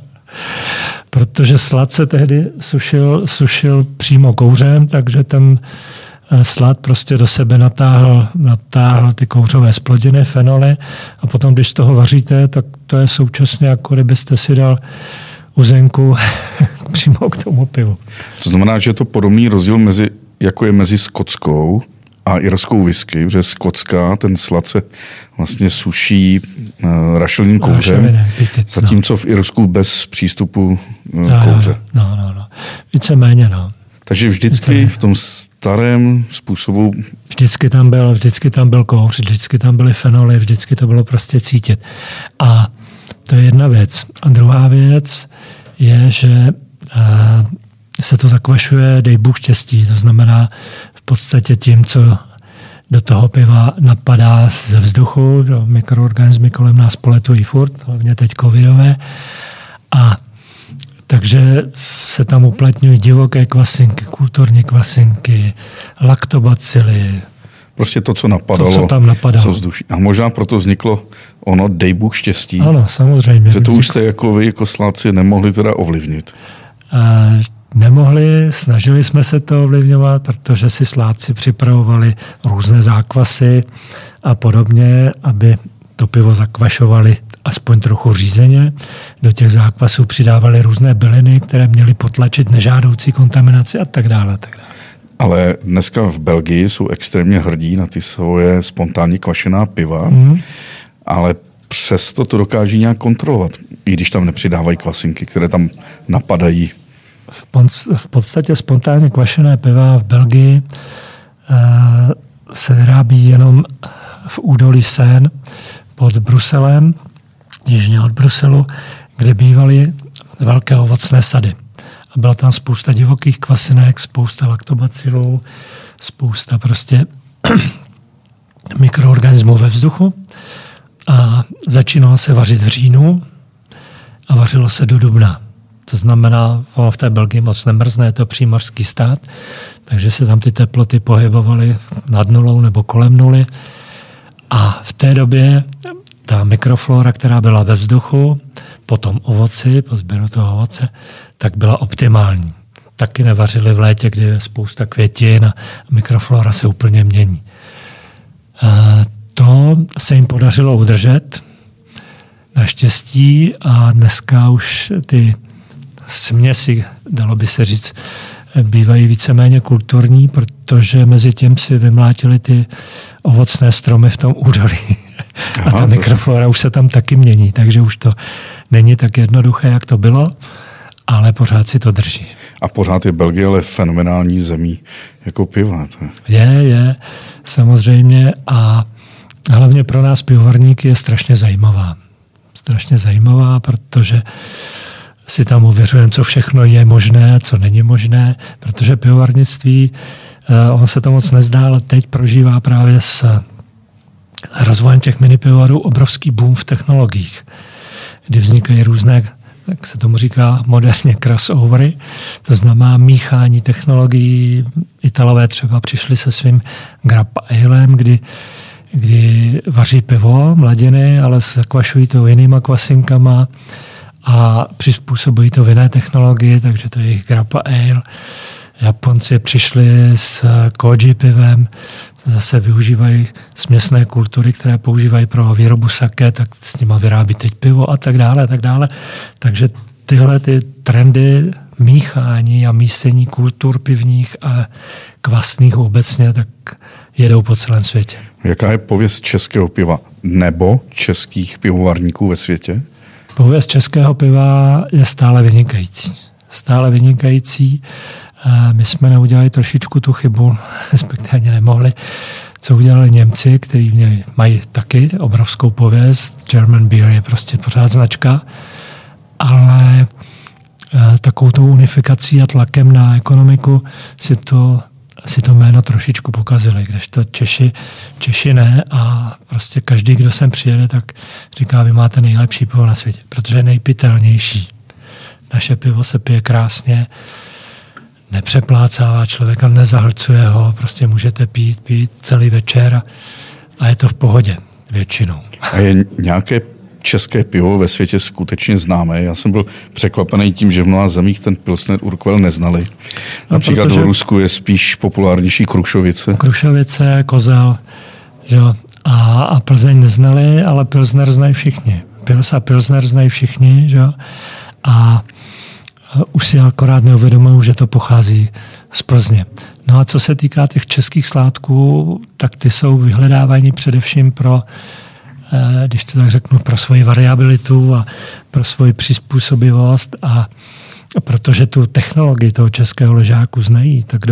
Speaker 2: Protože slad se tehdy sušil přímo kouřem, takže ten slad prostě do sebe natáhl ty kouřové zplodiny, fenoly a potom, když z toho vaříte, tak to je současně, jako kdybyste si dal uzenku přímo k tomu pivu.
Speaker 1: To znamená, že je to podobný rozdíl jako je mezi skotskou a irskou whisky, protože skotská, ten slad se vlastně suší rašelným kouřem, zatímco v Irsku bez přístupu kouře.
Speaker 2: No. Víceméně, no.
Speaker 1: Takže vždycky v tom starém způsobu...
Speaker 2: Vždycky tam byl kouř, vždycky tam byly fenoly, vždycky to bylo prostě cítit. A to je jedna věc. A druhá věc je, že se to zakvašuje, dej Bůh štěstí. To znamená v podstatě tím, co do toho piva napadá ze vzduchu, mikroorganismy kolem nás poletují furt, hlavně teď covidové. A takže se tam uplatňují divoké kvasinky, kulturní kvasinky, laktobacily.
Speaker 1: Prostě to, co napadalo.
Speaker 2: To, co tam napadalo.
Speaker 1: A možná proto vzniklo ono dej Bůh štěstí.
Speaker 2: Ano, samozřejmě.
Speaker 1: Že to už jste jako vy, jako sládci, nemohli teda ovlivnit.
Speaker 2: Nemohli, snažili jsme se to ovlivňovat, protože si sládci připravovali různé zákvasy a podobně, aby to pivo zakvašovali aspoň trochu řízeně. Do těch zákvasů přidávali různé byliny, které měly potlačit nežádoucí kontaminaci a tak dále.
Speaker 1: Ale dneska v Belgii jsou extrémně hrdí na ty svoje spontánně kvašená piva, ale přesto to dokáží nějak kontrolovat, i když tam nepřidávají kvasinky, které tam napadají.
Speaker 2: V podstatě spontánně kvašené piva v Belgii se vyrábí jenom v údolí Seine pod Bruselem, jižně od Bruselu, kde bývaly velké ovocné sady. A byla tam spousta divokých kvasinek, spousta laktobacilů, spousta prostě mikroorganismů ve vzduchu. A začínalo se vařit v říjnu a vařilo se do dubna. To znamená, v té Belgii moc nemrzne, je to přímořský stát, takže se tam ty teploty pohybovaly nad nulou nebo kolem nuly. A v té době ta mikroflora, která byla ve vzduchu, po tom ovoci, po sběru toho ovoce, tak byla optimální. Taky nevařili v létě, kdy je spousta květin a mikroflora se úplně mění. To se jim podařilo udržet naštěstí a dneska už ty směsi, dalo by se říct, bývají víceméně kulturní, protože mezi tím si vymlátili ty ovocné stromy v tom údolí. A ta mikroflora už se tam taky mění, takže už to není tak jednoduché, jak to bylo, ale pořád si to drží.
Speaker 1: A pořád je Belgie ale fenomenální zemí jako piva.
Speaker 2: Je, samozřejmě a hlavně pro nás pivovarníky je strašně zajímavá. Strašně zajímavá, protože si tam ověřujeme, co všechno je možné, co není možné, protože pivovarnictví, on se to moc nezdá, ale teď prožívá právě s rozvojem těch minipivovarů obrovský boom v technologiích, kdy vznikají různé, tak se tomu říká moderně crossovery, to znamená míchání technologií. Italové třeba přišli se svým Grappa Alem, kdy vaří pivo, mladiny, ale zakvašují to jinýma kvasinkama a přizpůsobují to v jiné technologii, takže to je jejich Grappa Ale. Japonci přišli s koji pivem, to zase využívají směsné kultury, které používají pro výrobu sake, tak s nima vyrábí teď pivo a tak dále, a tak dále. Takže tyhle ty trendy míchání a mísení kultur pivních a kvasných obecně, tak jedou po celém světě. Jaká
Speaker 1: je pověst českého piva nebo českých pivovarníků ve světě?
Speaker 2: Pověst českého piva je stále vynikající. Stále vynikající. My jsme neudělali trošičku tu chybu, respektive ani nemohli, co udělali Němci, kteří mají taky obrovskou pověst. German Beer je prostě pořád značka, ale takovou tou unifikací a tlakem na ekonomiku si to jméno trošičku pokazili, kdežto Češi ne a prostě každý, kdo sem přijede, tak říká, vy máte nejlepší pivo na světě, protože je nejpitelnější. Naše pivo se pije krásně, nepřeplácává člověka, nezahlcuje ho, prostě můžete pít celý večer a je to v pohodě většinou.
Speaker 1: A je nějaké české pivo ve světě skutečně známé? Já jsem byl překvapený tím, že v mnoha zemích ten Pilsner Urquell neznali. Například v Rusku je spíš populárnější Krušovice.
Speaker 2: Krušovice, Kozel, že? A Plzeň neznali, ale Pilsner znají všichni. Pils a Pilsner znají všichni, že? A už si akorát neuvědomují, že to pochází z Plzně. No a co se týká těch českých sládků, tak ty jsou vyhledávány především pro, když to tak řeknu, pro svoji variabilitu a pro svoji přizpůsobivost a protože tu technologii toho českého ležáku znají, tak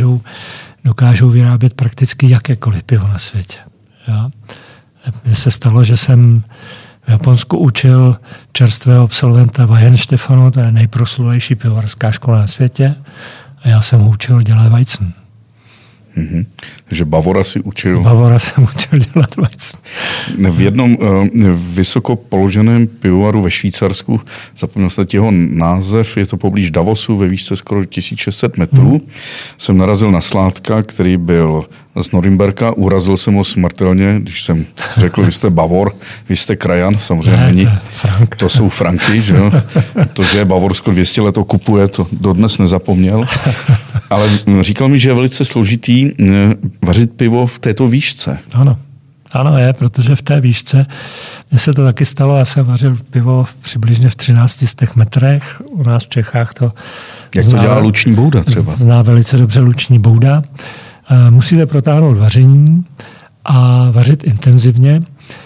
Speaker 2: dokážou vyrábět prakticky jakékoliv pivo na světě. Jo? Mně se stalo, že jsem v Japonsku učil čerstvého absolventa Weihenstefanu, to je nejproslulejší pivovarská škola na světě, a já jsem ho učil dělat Weizen.
Speaker 1: Mm-hmm. Takže Bavora si učil?
Speaker 2: Bavora jsem učil dělat Weizen.
Speaker 1: V jednom vysoko položeném pivovaru ve Švýcarsku, zapomněl jsem jeho název, je to poblíž Davosu ve výšce skoro 1600 metrů, jsem narazil na sládka, který byl z Norimberka, urazil jsem ho smrtelně, když jsem řekl, vy jste Bavor, vy jste krajan, samozřejmě není. To jsou Franky, že jo? To, že Bavorsko 200 let okupuje, to dodnes nezapomněl. Ale říkal mi, že je velice složitý vařit pivo v této výšce.
Speaker 2: Ano je, protože v té výšce, mně se to taky stalo, já jsem vařil pivo přibližně v 1300 metrech, u nás v Čechách to
Speaker 1: Jak to dělá Luční bouda třeba?
Speaker 2: Zná velice dobře Luční bouda. Musíte protáhnout vaření a vařit intenzivně,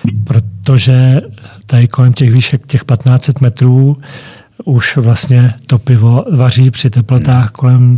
Speaker 2: protože tady kolem těch výšek, těch 1500 metrů, už vlastně to pivo vaří při teplotách kolem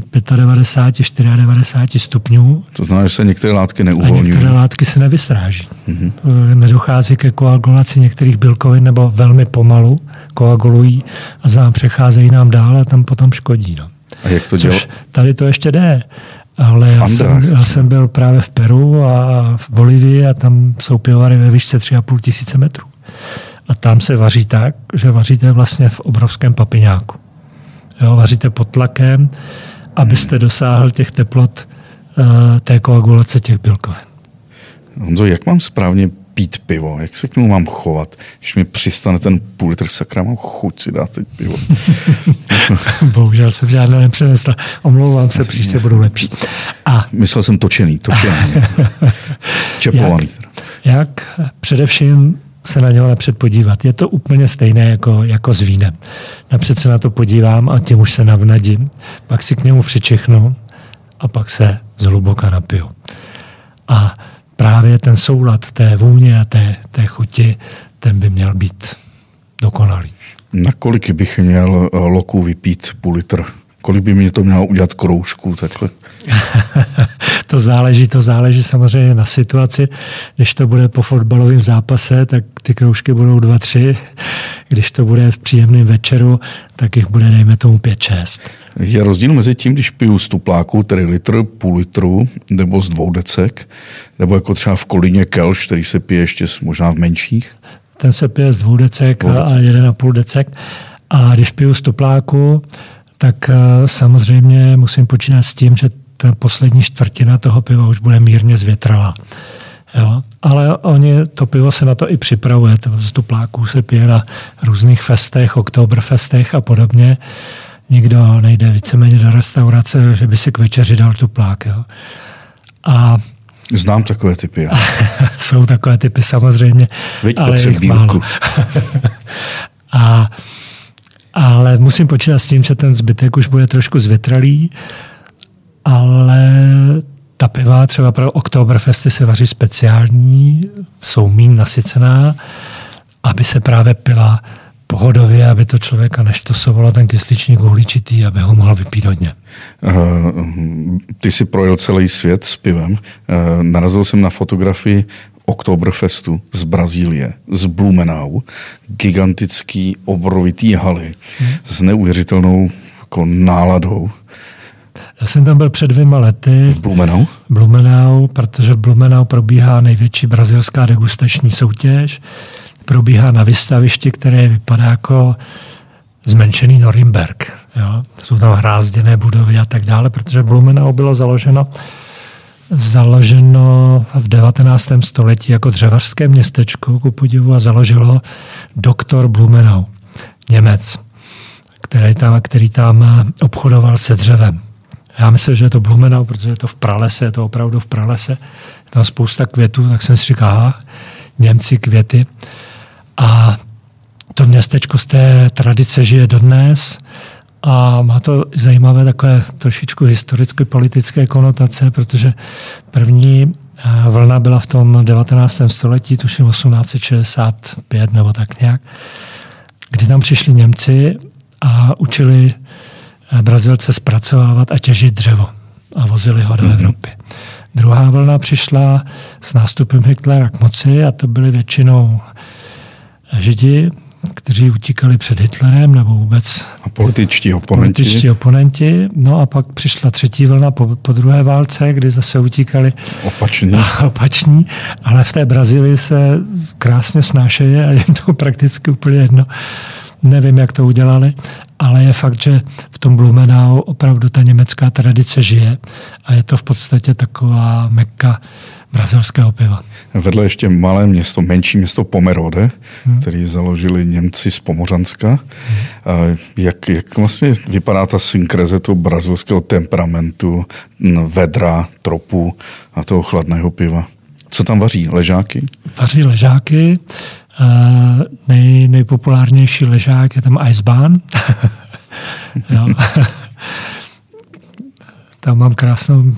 Speaker 2: 95, 94 stupňů.
Speaker 1: To znamená, že se některé látky neuvolňují.
Speaker 2: A některé látky se nevysráží. Mm-hmm. Nedochází ke koagulaci některých bílkovin nebo velmi pomalu koagulují a přecházejí nám dál a tam potom škodí. No.
Speaker 1: A jak to dělá?
Speaker 2: Tady to ještě jde. Ale já jsem byl právě v Peru a v Bolívii a tam jsou pivovary ve výšce 3500 metrů. A tam se vaří tak, že vaříte vlastně v obrovském papiňáku. Jo, vaříte pod tlakem, abyste dosáhl těch teplot té koagulace těch bílkovin.
Speaker 1: Honzo, jak mám správně pít pivo? Jak se k němu mám chovat? Když mi přistane ten půl litr, sakra, mám chuť si dát teď pivo.
Speaker 2: Bohužel jsem žádné nepřinesl. Omlouvám se, příště budu lepší.
Speaker 1: Myslel jsem točený. Čepovaný.
Speaker 2: Jak především se na něho napřed podívat. Je to úplně stejné jako s vínem. Napřed se na to podívám a tím už se navnadím. Pak si k němu přičichnu a pak se zhluboka napiju. A právě ten soulad té vůně a té chuti, ten by měl být dokonalý.
Speaker 1: Na kolik bych měl loků vypít půl litr? Kolik by mě to mělo udělat kroužku takhle?
Speaker 2: To záleží samozřejmě na situaci. Když to bude po fotbalovém zápase, tak ty kroužky budou 2-3. Když to bude v příjemném večeru, tak jich bude, dejme tomu, 5-6.
Speaker 1: Je rozdíl mezi tím, když piju z tupláku, tedy litr, půl litru, nebo z 2 decek, nebo jako třeba v Kolíně Kelš, který se pije ještě možná v menších?
Speaker 2: Ten se pije z 2 decek a 1,5 decek. A když piju z tupláku, tak samozřejmě musím počítat s tím, že ta poslední čtvrtina toho piva už bude mírně zvětralá. Jo? Ale to pivo se na to i připravuje. Z tupláků se pije na různých festech, oktoberfestech a podobně. Nikdo nejde víceméně do restaurace, že by si k večeři dal tuplák. Jo? A
Speaker 1: znám takové typy.
Speaker 2: Jsou takové typy samozřejmě, ale jich málo. Ale musím počítat s tím, že ten zbytek už bude trošku zvětralý, ale ta piva třeba pro Oktoberfesty se vaří speciální, jsou míň nasycená, aby se právě pila pohodově, aby to člověka neštosovalo ten kysličník uhličitý, aby ho mohl vypít hodně.
Speaker 1: Ty jsi projel celý svět s pivem. Narazil jsem na fotografii Oktoberfestu z Brazílie, z Blumenau, gigantický obrovitý haly s neuvěřitelnou jako náladou.
Speaker 2: Já jsem tam byl před 2 lety.
Speaker 1: V Blumenau?
Speaker 2: Blumenau, protože v Blumenau probíhá největší brazilská degustační soutěž. Probíhá na výstavišti, které vypadá jako zmenšený Norimberk. Jo? Jsou tam hrázděné budovy a tak dále, protože Blumenau bylo založeno v 19. století jako dřevařské městečko, ku podivu, a založilo doktor Blumenau, Němec, který tam obchodoval se dřevem. Já myslím, že je to Blumenau, protože je to v pralese, je to opravdu v pralese. Je tam spousta květů, tak jsem si říkal, aha, Němci, květy. A to městečko z té tradice žije dodnes a má to zajímavé takové trošičku historické politické konotace, protože první vlna byla v tom 19. století, tuším 1865 nebo tak nějak, kdy tam přišli Němci a učili Brazilce zpracovávat a těžit dřevo a vozili ho do Evropy. Druhá vlna přišla s nástupem Hitlera k moci a to byly většinou Židi, kteří utíkali před Hitlerem nebo vůbec
Speaker 1: a političtí
Speaker 2: oponenti. No a pak přišla třetí vlna po druhé válce, kdy zase utíkali opační, ale v té Brazílii se krásně snášejí a je to prakticky úplně jedno. Nevím, jak to udělali, ale je fakt, že v tom Blumenau opravdu ta německá tradice žije a je to v podstatě taková Mekka brazilského piva.
Speaker 1: Vedle ještě malé město, menší město Pomerode, který založili Němci z Pomořanska. Jak vlastně vypadá ta synkreze toho brazilského temperamentu, vedra, tropu a toho chladného piva? Co tam vaří? Ležáky?
Speaker 2: Vaří ležáky. Nejpopulárnější ležák je tam Eisbahn. Jo. Tam mám krásnou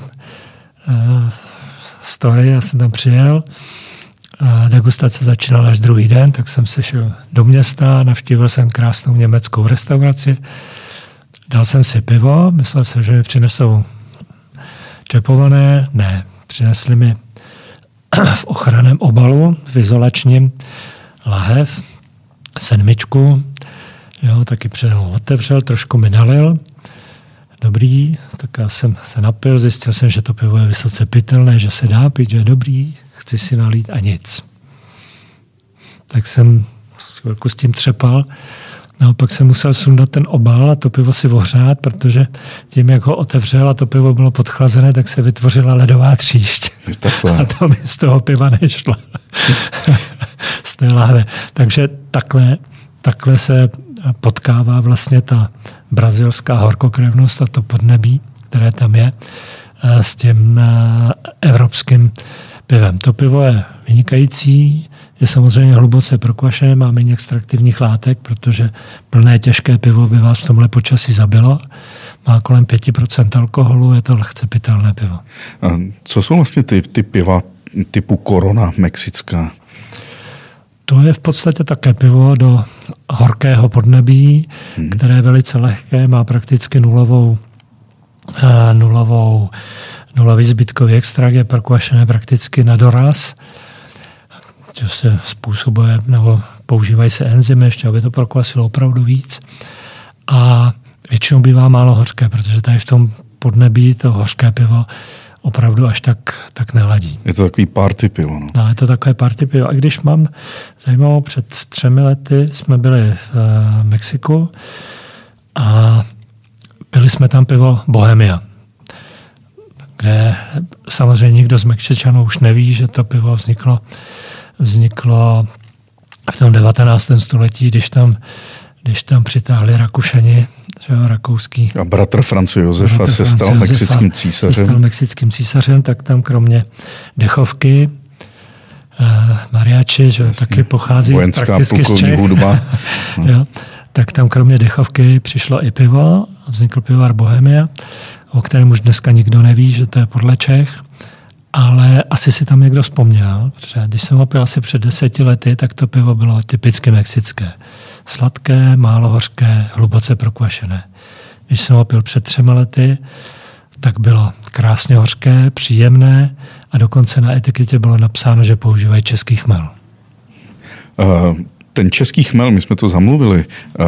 Speaker 2: story, já jsem tam přijel. Degustace začínala až druhý den, tak jsem se šel do města, navštívil jsem krásnou německou restauraci, dal jsem si pivo, myslel jsem, že mi přinesou čepované, ne, přinesli mi v ochranném obalu, v izolačním lahev, sedmičku, jo, taky před mnou otevřel, trošku mi nalil. Dobrý, tak já jsem se napil, zjistil jsem, že to pivo je vysoce pitelné, že se dá pít, že je dobrý, chci si nalít a nic. Tak jsem chvilku s tím třepal, no a pak jsem musel sundat ten obal a to pivo si ohřát, protože tím, jak ho otevřel a to pivo bylo podchlazené, tak se vytvořila ledová tříšť. A to mi z toho piva nešlo. Z té lahve. Takže takhle se potkává vlastně ta brazilská horkokrevnost a to podnebí, které tam je, s tím evropským pivem. To pivo je vynikající, je samozřejmě hluboce prokvašené, má méně extraktivních látek, protože plné těžké pivo by vás v tomhle počasí zabilo. Má kolem 5% alkoholu, je to lehce pitelné pivo.
Speaker 1: A co jsou vlastně ty piva typu Corona mexická?
Speaker 2: To je v podstatě také pivo do horkého podnebí, které je velice lehké, má prakticky nulový zbytkový extrakt, je prokvašené prakticky na doraz, což se způsobuje, nebo používají se enzymy ještě, aby to prokvasilo opravdu víc. A většinou bývá málo hořké, protože tady v tom podnebí to hořké pivo opravdu až tak neladí.
Speaker 1: Je to takový party pivo.
Speaker 2: No, je to takové party pivo. A když mám zajímavou, před 3 lety jsme byli v Mexiku a pili jsme tam pivo Bohemia, kde samozřejmě nikdo z Mexikčanů už neví, že to pivo vzniklo v tom 19. století, když tam přitáhli Rakušani, rakouský.
Speaker 1: A bratr Franze Josefa se stal mexickým císařem.
Speaker 2: Tak tam kromě dechovky, mariachi, že taky pochází
Speaker 1: vojenská
Speaker 2: prakticky z Čech.
Speaker 1: Hudba.
Speaker 2: Jo, tak tam kromě dechovky přišlo i pivo, vznikl pivovar Bohemia, o kterém už dneska nikdo neví, že to je podle Čech, ale asi si tam někdo vzpomněl, protože když jsem ho pil asi před 10 lety, tak to pivo bylo typicky mexické. Sladké, málo hořké, hluboce prokvašené. Když jsem ho pil před 3 lety, tak bylo krásně hořké, příjemné a dokonce na etiketě bylo napsáno, že používají český chmel.
Speaker 1: Ten český chmel, my jsme to zamluvili,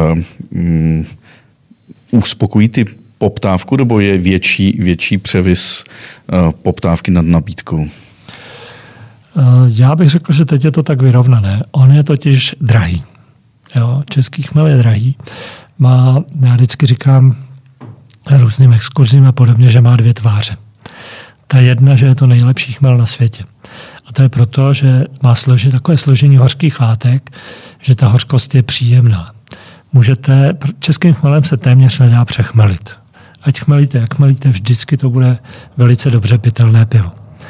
Speaker 1: uspokojí ty poptávku, nebo je větší převis poptávky nad nabídkou?
Speaker 2: Já bych řekl, že teď je to tak vyrovnané. On je totiž drahý. Jo, český chmel je drahý. Já vždycky říkám různým exkurzím a podobně, že má 2 tváře. Ta jedna, že je to nejlepší chmel na světě. A to je proto, že má takové složení hořkých látek, že ta hořkost je příjemná. Českým chmelem se téměř nedá přechmelit. Ať chmelíte, jak chmelíte, vždycky to bude velice dobře pitelné pivo.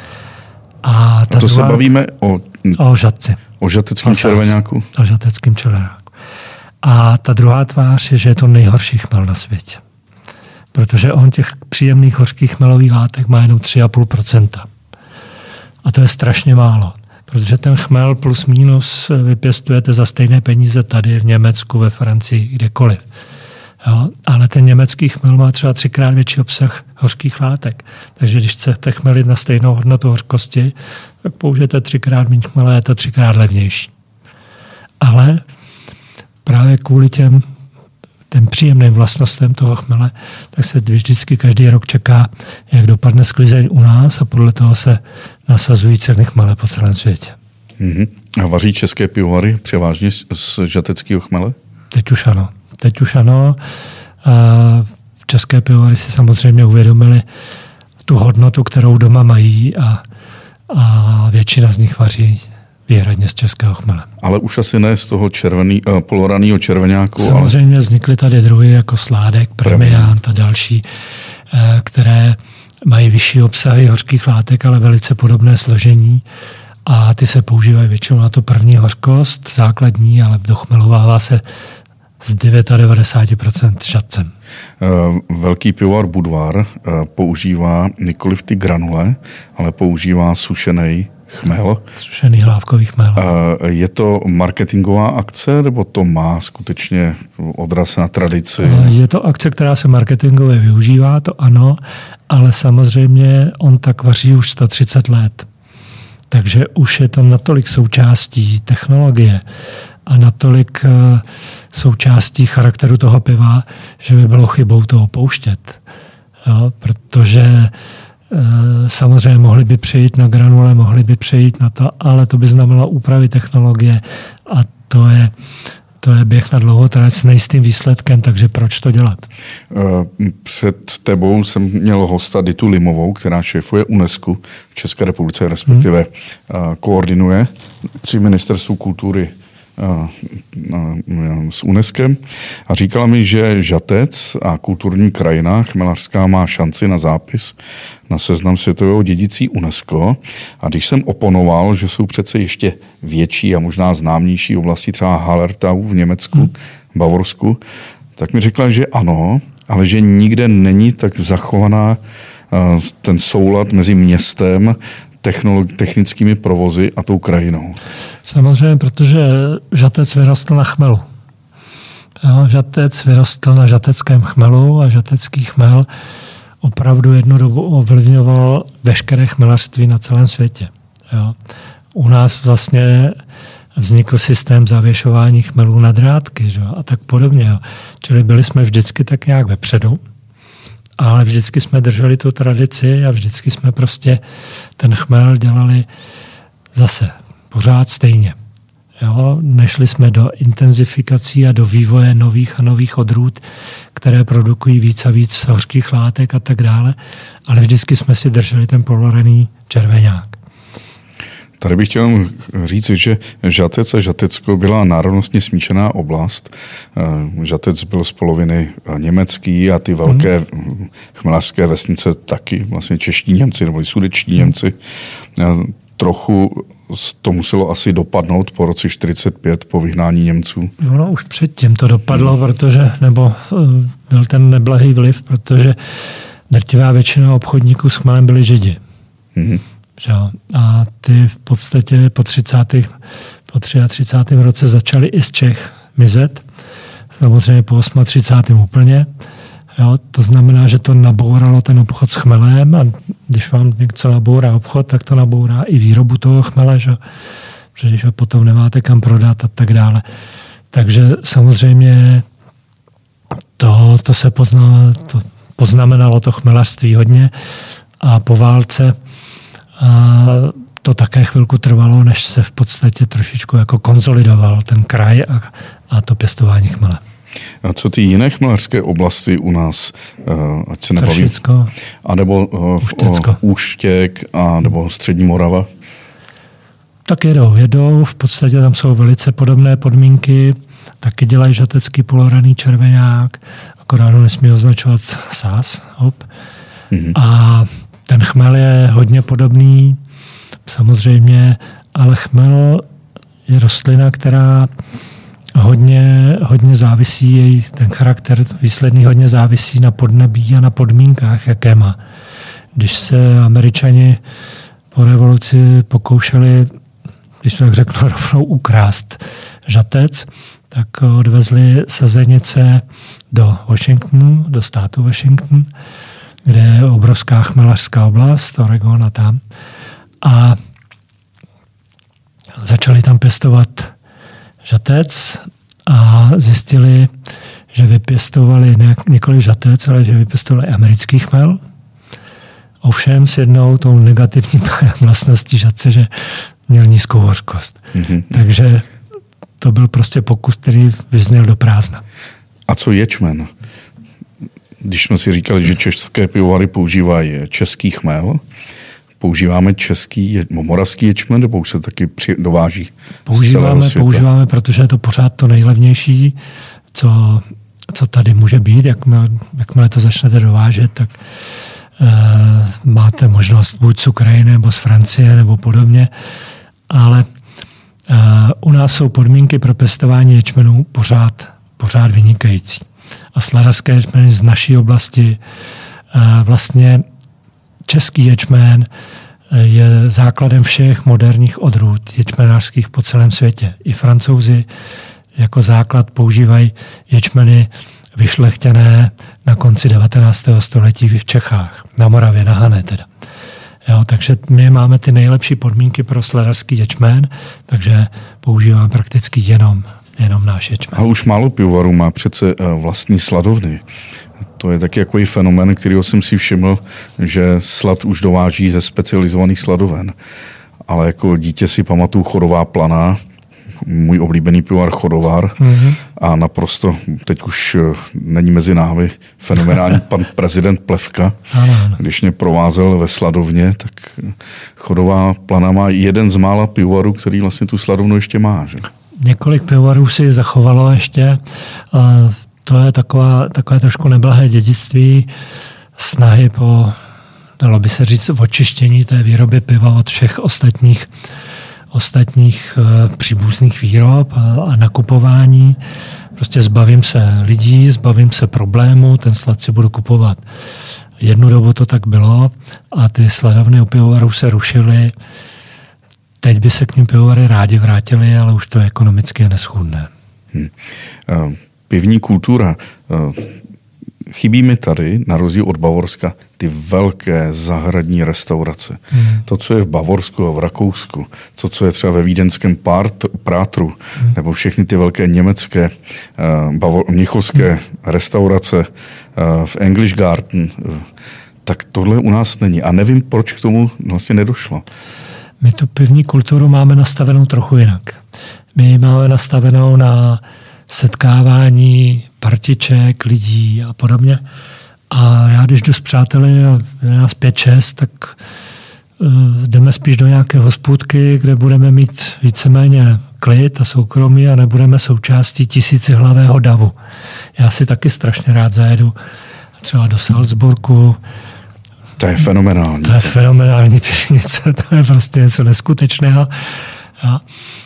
Speaker 2: A
Speaker 1: to se bavíme
Speaker 2: o žatci.
Speaker 1: O žateckém červeňáku?
Speaker 2: O žateckém červeňáku. A ta druhá tvář je, že je to nejhorší chmel na světě. Protože on těch příjemných hořkých chmelových látek má jenom 3,5%. A to je strašně málo. Protože ten chmel plus minus vypěstujete za stejné peníze tady v Německu, ve Francii, kdekoliv. Jo? Ale ten německý chmel má třeba 3krát větší obsah hořkých látek. Takže když chcete chmelit na stejnou hodnotu hořkosti, tak použijete 3krát méně chmele, je to 3krát levnější. Ale právě kvůli těm příjemným vlastnostem toho chmele, tak se vždycky každý rok čeká, jak dopadne sklizeň u nás a podle toho se nasazují ceny chmele po celém světě.
Speaker 1: Mm-hmm. A vaří české pivovary převážně z žateckého chmele?
Speaker 2: Teď už ano. České pivovary si samozřejmě uvědomili tu hodnotu, kterou doma mají a většina z nich vaří výhradně z českého chmele.
Speaker 1: Ale už asi ne z toho poloraného červeňáku.
Speaker 2: Samozřejmě vznikly tady druhy jako Sládek, Premiant a další, které mají vyšší obsahy hořkých látek, ale velice podobné složení. A ty se používají většinou na to první hořkost, základní, ale dochmelovává se z 99% žatcem.
Speaker 1: Velký pivovar Budvar používá nikoliv ty granule, ale používá sušený chmel.
Speaker 2: Sušený hlávkový chmel.
Speaker 1: Je to marketingová akce, nebo to má skutečně odraz na tradici?
Speaker 2: Je to akce, která se marketingově využívá, to ano, ale samozřejmě on tak vaří už 130 let. Takže už je tam natolik součástí technologie a natolik součástí charakteru toho piva, že by bylo chybou to opouštět. Jo, protože samozřejmě mohli by přejít na granule, mohli by přejít na to, ale to by znamenalo úpravy technologie a to je běh na dlouhou trať s nejistým výsledkem, takže proč to dělat?
Speaker 1: Před tebou jsem měl hosta Ditu Limovou, která šéfuje UNESCO v České republice, respektive koordinuje při ministerstvu kultury s UNESCem a říkala mi, že Žatec a kulturní krajina chmelařská má šanci na zápis na seznam světového dědictví UNESCO. A když jsem oponoval, že jsou přece ještě větší a možná známější oblasti, třeba Hallertau v Německu, Bavorsku, tak mi řekla, že ano, ale že nikde není tak zachovaná ten soulad mezi městem, technickými provozy a tou krajinou.
Speaker 2: Samozřejmě, protože Žatec vyrostl na chmelu. Jo, Žatec vyrostl na žateckém chmelu a žatecký chmel opravdu jednu dobu ovlivňoval veškeré chmelařství na celém světě. Jo. U nás vlastně vznikl systém zavěšování chmelů na drátky, že? A tak podobně. Jo. Čili byli jsme vždycky tak nějak vepředu, ale vždycky jsme drželi tu tradici a vždycky jsme prostě ten chmel dělali zase pořád stejně. Jo? Nešli jsme do intenzifikací a do vývoje nových a nových odrůd, které produkují víc a víc hořkých látek a tak dále, ale vždycky jsme si drželi ten poloraný červeňák.
Speaker 1: Tady bych chtěl říct, že Žatec a Žatecko byla národnostně smíšená oblast. Žatec byl z poloviny německý a ty velké chmelařské vesnice taky, vlastně čeští Němci nebo sudetští Němci. Trochu to muselo asi dopadnout po roce 1945 po vyhnání Němců.
Speaker 2: No už předtím to dopadlo, protože, nebo byl ten neblahý vliv, protože drtivá většina obchodníků s chmelem byli Židi. A ty v podstatě po 33. roce začali i z Čech mizet. Samozřejmě po 38. úplně. Jo, to znamená, že to nabouralo ten obchod s chmelem a když vám něco nabourá obchod, tak to nabourá i výrobu toho chmele, že? Protože když ho potom nemáte kam prodat a tak dále. Takže samozřejmě to se poznamenalo to chmelařství hodně a po válce to také chvilku trvalo, než se v podstatě trošičku jako konzolidoval ten kraj a to pěstování chmele.
Speaker 1: A co ty jiné chmelařské oblasti u nás, ať se nebaví, anebo Úštěk, a nebo Střední Morava?
Speaker 2: Tak jedou, v podstatě tam jsou velice podobné podmínky, taky dělají žatecký poloraný červeňák, akorát ho nesmí označovat sás, A ten chmel je hodně podobný, samozřejmě, ale chmel je rostlina, která hodně závisí, ten charakter výsledný hodně závisí na podnebí a na podmínkách, jaké má. Když se Američani po revoluci pokoušeli, když to tak řeknu, rovnou ukrást žatec, tak odvezli sazenice do Washingtonu, do státu Washington, kde je obrovská chmelařská oblast, Oregon a tam. A začali tam pěstovat žatec a zjistili, že vypěstovali nikoli žatec, ale že vypěstovali americký chmel. Ovšem s jednou tou negativní vlastností žatce, že měl nízkou hořkost. Takže to byl prostě pokus, který vyzněl do prázdna.
Speaker 1: A co ječmen? Když jsme si říkali, že české pivovary používají český chmel, používáme český, moravský ječmen, nebo už se taky dováží
Speaker 2: používáme, protože je to pořád to nejlevnější, co tady může být. Jakmile to začnete dovážet, tak máte možnost buď z Ukrajiny, nebo z Francie, nebo podobně. Ale u nás jsou podmínky pro pěstování ječmenů pořád vynikající. A sladařské ječmeny z naší oblasti, vlastně český ječmen je základem všech moderních odrůd ječmenářských po celém světě. I Francouzi jako základ používají ječmeny vyšlechtěné na konci 19. století v Čechách, na Moravě, na Hané teda. Jo, takže my máme ty nejlepší podmínky pro sladařský ječmen, takže používáme prakticky jenom náš ječmen.
Speaker 1: Ale už málo pivovarů má přece vlastní sladovny. To je taky jako fenomén, kterýho jsem si všiml, že slad už dováží ze specializovaných sladoven. Ale jako dítě si pamatuju Chodová Planá, můj oblíbený pivovar Chodovar, a naprosto, teď už není mezi námi, fenomenální pan prezident Plevka.
Speaker 2: Ano.
Speaker 1: Když mě provázel ve sladovně, tak Chodová Planá má jeden z mála pivovarů, který vlastně tu sladovnu ještě má. Že?
Speaker 2: Několik pivovarů si zachovalo ještě. To je takové trošku neblahé dědictví snahy po, dalo by se říct, očištění té výroby piva od všech ostatních příbuzných výrob a nakupování. Prostě zbavím se lidí, zbavím se problémů, ten slad si budu kupovat. Jednu dobu to tak bylo a ty sladovny u pivovarů se rušily. Teď by se k ním pivovary rádi vrátili, ale už to ekonomicky je neschůdné.
Speaker 1: Pivní kultura. Chybí mi tady, na rozdíl od Bavorska, ty velké zahradní restaurace. To, co je v Bavorsku a v Rakousku, to, co je třeba ve vídeňském Prátru, nebo všechny ty velké německé, mnichovské restaurace v English Garden, tak tohle u nás není. A nevím, proč k tomu vlastně nedošlo.
Speaker 2: My tu pivní kulturu máme nastavenou trochu jinak. My ji máme nastavenou na setkávání partiček, lidí a podobně. A já, když jdu s přáteli a je nás 5-6, tak jdeme spíš do nějaké hospůdky, kde budeme mít víceméně klid a soukromí a nebudeme součástí tisícihlavého davu. Já si taky strašně rád zajedu třeba do Salzburgu.
Speaker 1: To je fenomenální.
Speaker 2: To je fenomenální pivnice, to je prostě něco neskutečného. Ja.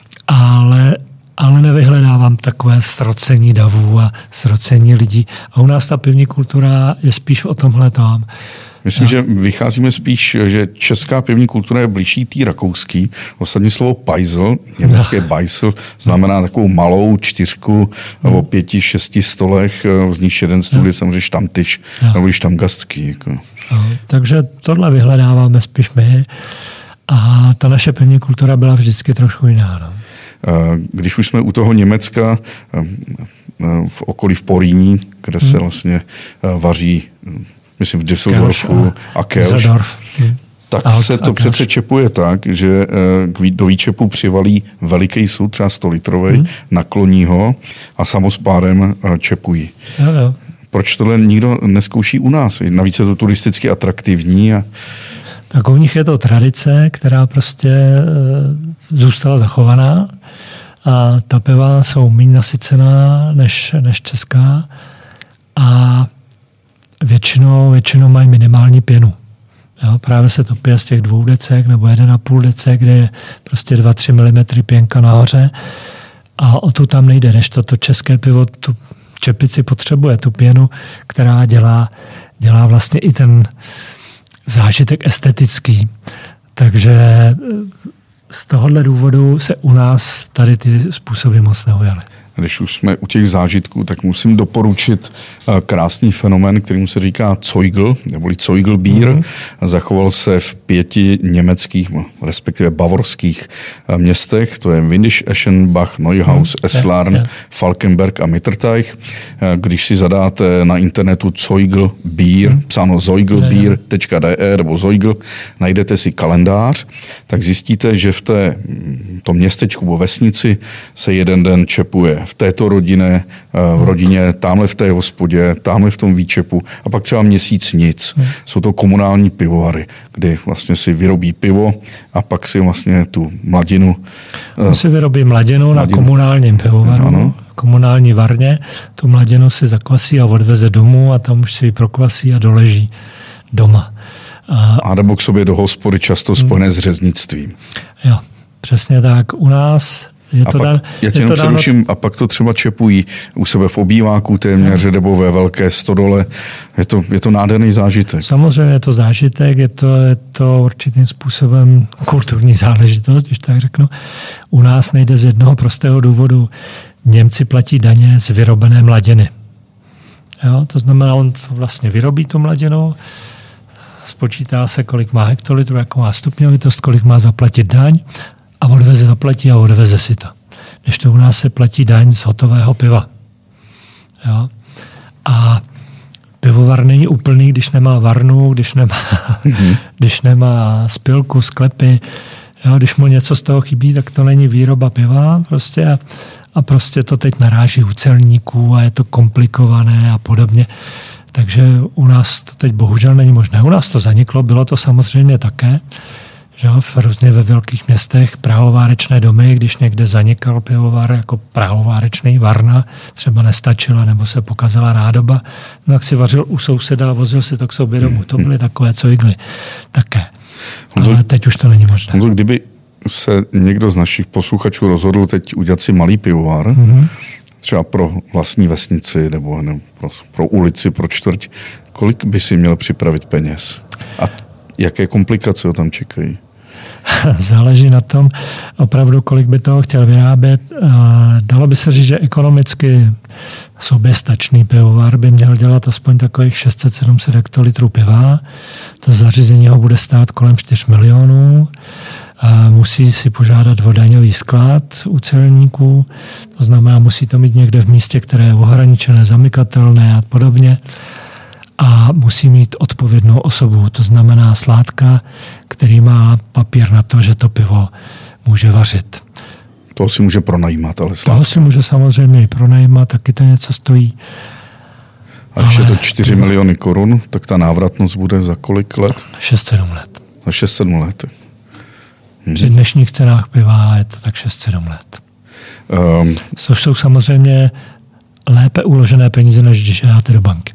Speaker 2: Ale nevyhledávám takové srocení davů a srocení lidí. A u nás ta pivní kultura je spíš o tomhle tam.
Speaker 1: Myslím, že vycházíme spíš, že česká pivní kultura je blížší tý rakouský. Ostatní slovo Peisel, německé Beisel, znamená takovou malou 4 o 5-6 stolech, z nich jeden stůl je samozřejmě štamtyš, nebo štamgastský. Jako.
Speaker 2: Takže tohle vyhledáváme spíš my. A ta naše pivní kultura byla vždycky trošku jiná. No.
Speaker 1: Když už jsme u toho Německa, v okolí v Poríní, kde se vlastně vaří, myslím v Düsseldorfu a Kelš, Tak se to přece čepuje tak, že do výčepu přivalí veliký sud, třeba 100 litrovej, nakloní ho a samospádem čepují.
Speaker 2: Jo.
Speaker 1: Proč tohle nikdo neskouší u nás? Navíc je to turisticky atraktivní.
Speaker 2: Tak u nich je to tradice, která prostě zůstala zachovaná a ta piva jsou méně nasycená než česká a většinou mají minimální pěnu. Jo, právě se to pije z těch 2 decek nebo 1,5 decek, kde je prostě 2-3 mm pěnka nahoře a o tu tam nejde, než to české pivo tu čepici potřebuje, tu pěnu, která dělá vlastně i ten zážitek estetický. Takže z tohohle důvodu se u nás tady ty způsoby moc neujaly.
Speaker 1: Když už jsme u těch zážitků, tak musím doporučit krásný fenomén, kterému se říká Zeugl, neboli Zeugl Bier. Zachoval se v 5 německých, respektive bavorských městech. To je Windisch, Eschenbach, Neuhaus, Eslarn, Falkenberg a Mitterteich. Když si zadáte na internetu Zeugl Bier, psáno zeuglbier.de nebo Zeugl, najdete si kalendář, tak zjistíte, že v tom městečku nebo vesnici se jeden den čepuje v této rodině, v rodině, tamhle v té hospodě, tamhle v tom výčepu a pak třeba měsíc nic. Jsou to komunální pivovary, kdy vlastně si vyrobí pivo a pak si vlastně tu mladinu...
Speaker 2: si vyrobí mladinu na komunálním pivovaru, komunální varně, tu mladinu si zakvasí a odveze domů a tam už si ji prokvasí a doleží doma.
Speaker 1: A nebo k sobě do hospody často spojené s řeznictvím.
Speaker 2: Jo, přesně tak. U nás
Speaker 1: a pak to třeba čepují u sebe v obýváku téměř nebo ve velké stodole. Je to nádherný zážitek.
Speaker 2: Samozřejmě je to zážitek, je to určitým způsobem kulturní záležitost, když tak řeknu. U nás nejde z jednoho prostého důvodu. Němci platí daně z vyrobené mladiny. Jo, to znamená, on vlastně vyrobí tu mladinu, spočítá se, kolik má hektolitru, jakou má stupňovitost, kolik má zaplatit daň, a zaplatí a odveze si to. Než to u nás se platí daň z hotového piva. Jo? A pivovar není úplný, když nemá varnu, když nemá spilku, sklepy. Jo? Když mu něco z toho chybí, tak to není výroba piva. Prostě a prostě to teď naráží u celníků a je to komplikované a podobně. Takže u nás to teď bohužel není možné. U nás to zaniklo, bylo to samozřejmě také, že různě ve velkých městech prahovárečné domy, když někde zanikal pivovar jako prahovárečný varna, třeba nestačila nebo se pokazila nádoba, no tak si vařil u souseda a vozil si to k sobě domů. To byly takové Zeugly také. Ale teď už to není možné.
Speaker 1: Kdyby se někdo z našich posluchačů rozhodl teď udělat si malý pivovar, třeba pro vlastní vesnici nebo pro ulici, pro čtvrť, kolik by si měl připravit peněz? A jaké komplikace ho tam čekají?
Speaker 2: Záleží na tom opravdu, kolik by toho chtěl vyrábět. Dalo by se říct, že ekonomicky soběstačný pivovar by měl dělat aspoň takových 600-700 hektolitrů piva. To zařízení ho bude stát kolem 4 milionů. Musí si požádat o daňový sklad u celníků. To znamená, musí to mít někde v místě, které je ohraničené, zamykatelné a podobně. A musí mít odpovědnou osobu, to znamená sládka, který má papír na to, že to pivo může vařit.
Speaker 1: Toho si může pronajímat, ale sládka.
Speaker 2: Toho si může samozřejmě i pronajímat, taky to něco stojí.
Speaker 1: A když je to 4 miliony korun, tak ta návratnost bude za kolik let?
Speaker 2: 6-7 let.
Speaker 1: Za 6-7 let.
Speaker 2: Při dnešních cenách piva je to tak 6-7 let. Což jsou samozřejmě lépe uložené peníze, než když dáte do banky.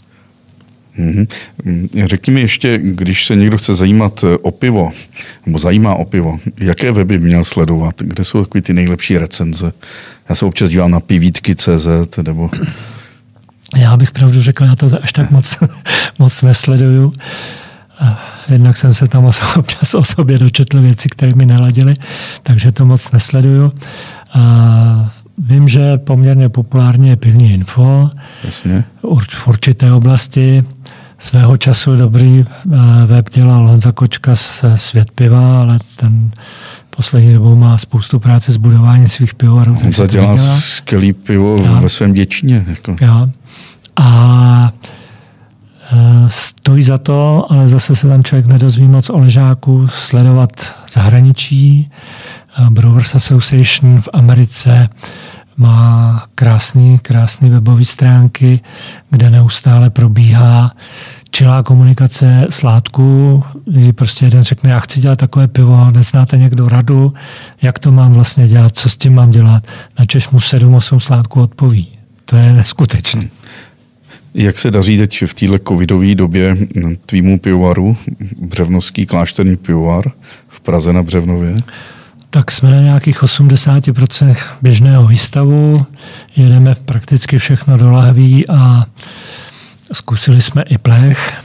Speaker 1: Řekni mi ještě, když se někdo chce zajímat o pivo, nebo zajímá o pivo, jaké weby měl sledovat? Kde jsou takové ty nejlepší recenze? Já se občas dívám na pivítky.cz nebo...
Speaker 2: Já bych pravdu řekl, já to až tak moc nesleduju. Jednak jsem se tam občas o sobě dočetl věci, které mi neladily, takže to moc nesleduju. Vím, že poměrně populárně je Pivní info.
Speaker 1: Jasně.
Speaker 2: V určité oblasti. Svého času dobrý web dělal Honza Kočka z Svět piva, ale ten poslední dobou má spoustu práce s budováním svých pivovarů.
Speaker 1: Honza dělá skvělý pivo ve svém Děčíně. Jako.
Speaker 2: Jo. A Stojí za to, ale zase se tam člověk nedozví moc o ležáku, sledovat zahraničí. Brewers Association v Americe má krásný webové stránky, kde neustále probíhá čilá komunikace sládků, kdy prostě jeden řekne, já chci dělat takové pivo, neznáte někdo radu, jak to mám vlastně dělat, co s tím mám dělat, načež mu 7-8 sládků odpoví. To je neskutečné.
Speaker 1: Jak se daří teď v téhle covidové době tvýmu pivovaru, Břevnovský klášterní pivovar v Praze na Břevnově?
Speaker 2: Tak jsme na nějakých 80% běžného výstavu, jedeme prakticky všechno do lahví a zkusili jsme i plech.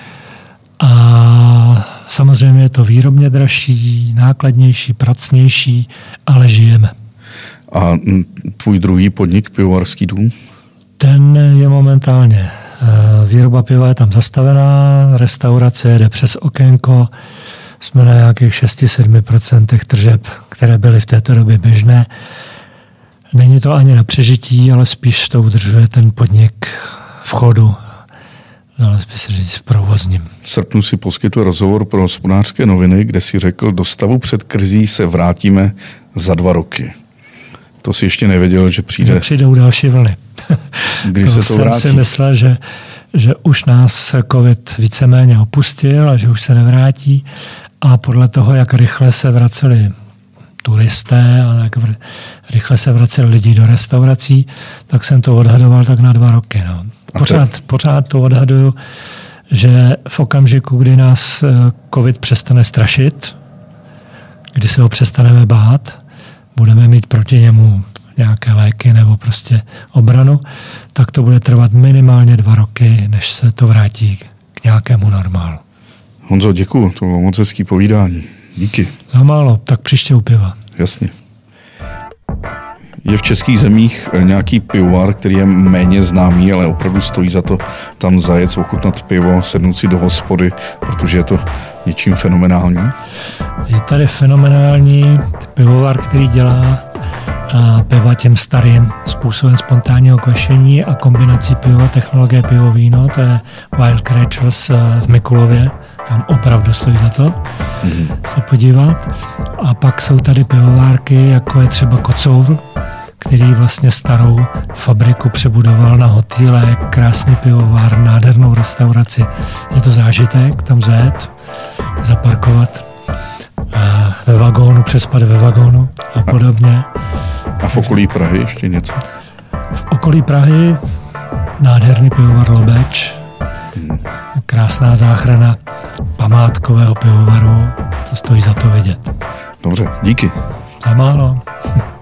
Speaker 2: A samozřejmě je to výrobně dražší, nákladnější, pracnější, ale žijeme.
Speaker 1: A tvůj druhý podnik, Pivovarský dům?
Speaker 2: Ten je momentálně. Výroba piva je tam zastavená, restaurace jede přes okénko, jsme na nějakých 6-7% tržeb, které byly v této době běžné. Není to ani na přežití, ale spíš to udržuje ten podnik v chodu, ale spíš se říct v provozním.
Speaker 1: V srpnu si poskytl rozhovor pro Hospodářské noviny, kde si řekl, do stavu před krizí se vrátíme za 2 roky. To si ještě nevěděl, že přijde.
Speaker 2: Přijdou další vlny.
Speaker 1: Kdy se to vrátí?
Speaker 2: Jsem si myslel, že už nás covid víceméně opustil a že už se nevrátí. A podle toho, jak rychle se vraceli turisté a jak rychle se vraceli lidi do restaurací, tak jsem to odhadoval tak na 2 roky. No. Pořád to odhaduju, že v okamžiku, kdy nás covid přestane strašit, kdy se ho přestaneme bát, budeme mít proti němu nějaké léky nebo prostě obranu, tak to bude trvat minimálně 2 roky, než se to vrátí k nějakému normálu.
Speaker 1: Honzo, děkuju, to bylo moc hezký povídání. Díky.
Speaker 2: Za málo, tak příště u piva.
Speaker 1: Jasně. Je v českých zemích nějaký pivovar, který je méně známý, ale opravdu stojí za to tam zajet, ochutnat pivo, sednout si do hospody, protože je to něčím fenomenální?
Speaker 2: Je tady fenomenální pivovar, který dělá piva těm starým způsobem spontánního kvašení a kombinací piva, technologie pivo-víno, to je Wild Creatures v Mikulově, tam opravdu stojí za to se podívat. A pak jsou tady pivovárky, jako je třeba Kocour, který vlastně starou fabriku přebudoval na hotýle, krásný pivovar, nádhernou restauraci. Je to zážitek tam zajet, zaparkovat ve vagónu, přespat ve vagónu a podobně.
Speaker 1: A v okolí Prahy ještě něco?
Speaker 2: V okolí Prahy nádherný pivovar Lobeč, krásná záchrana památkového pivovaru, to stojí za to vidět.
Speaker 1: Dobře, díky.
Speaker 2: Za málo.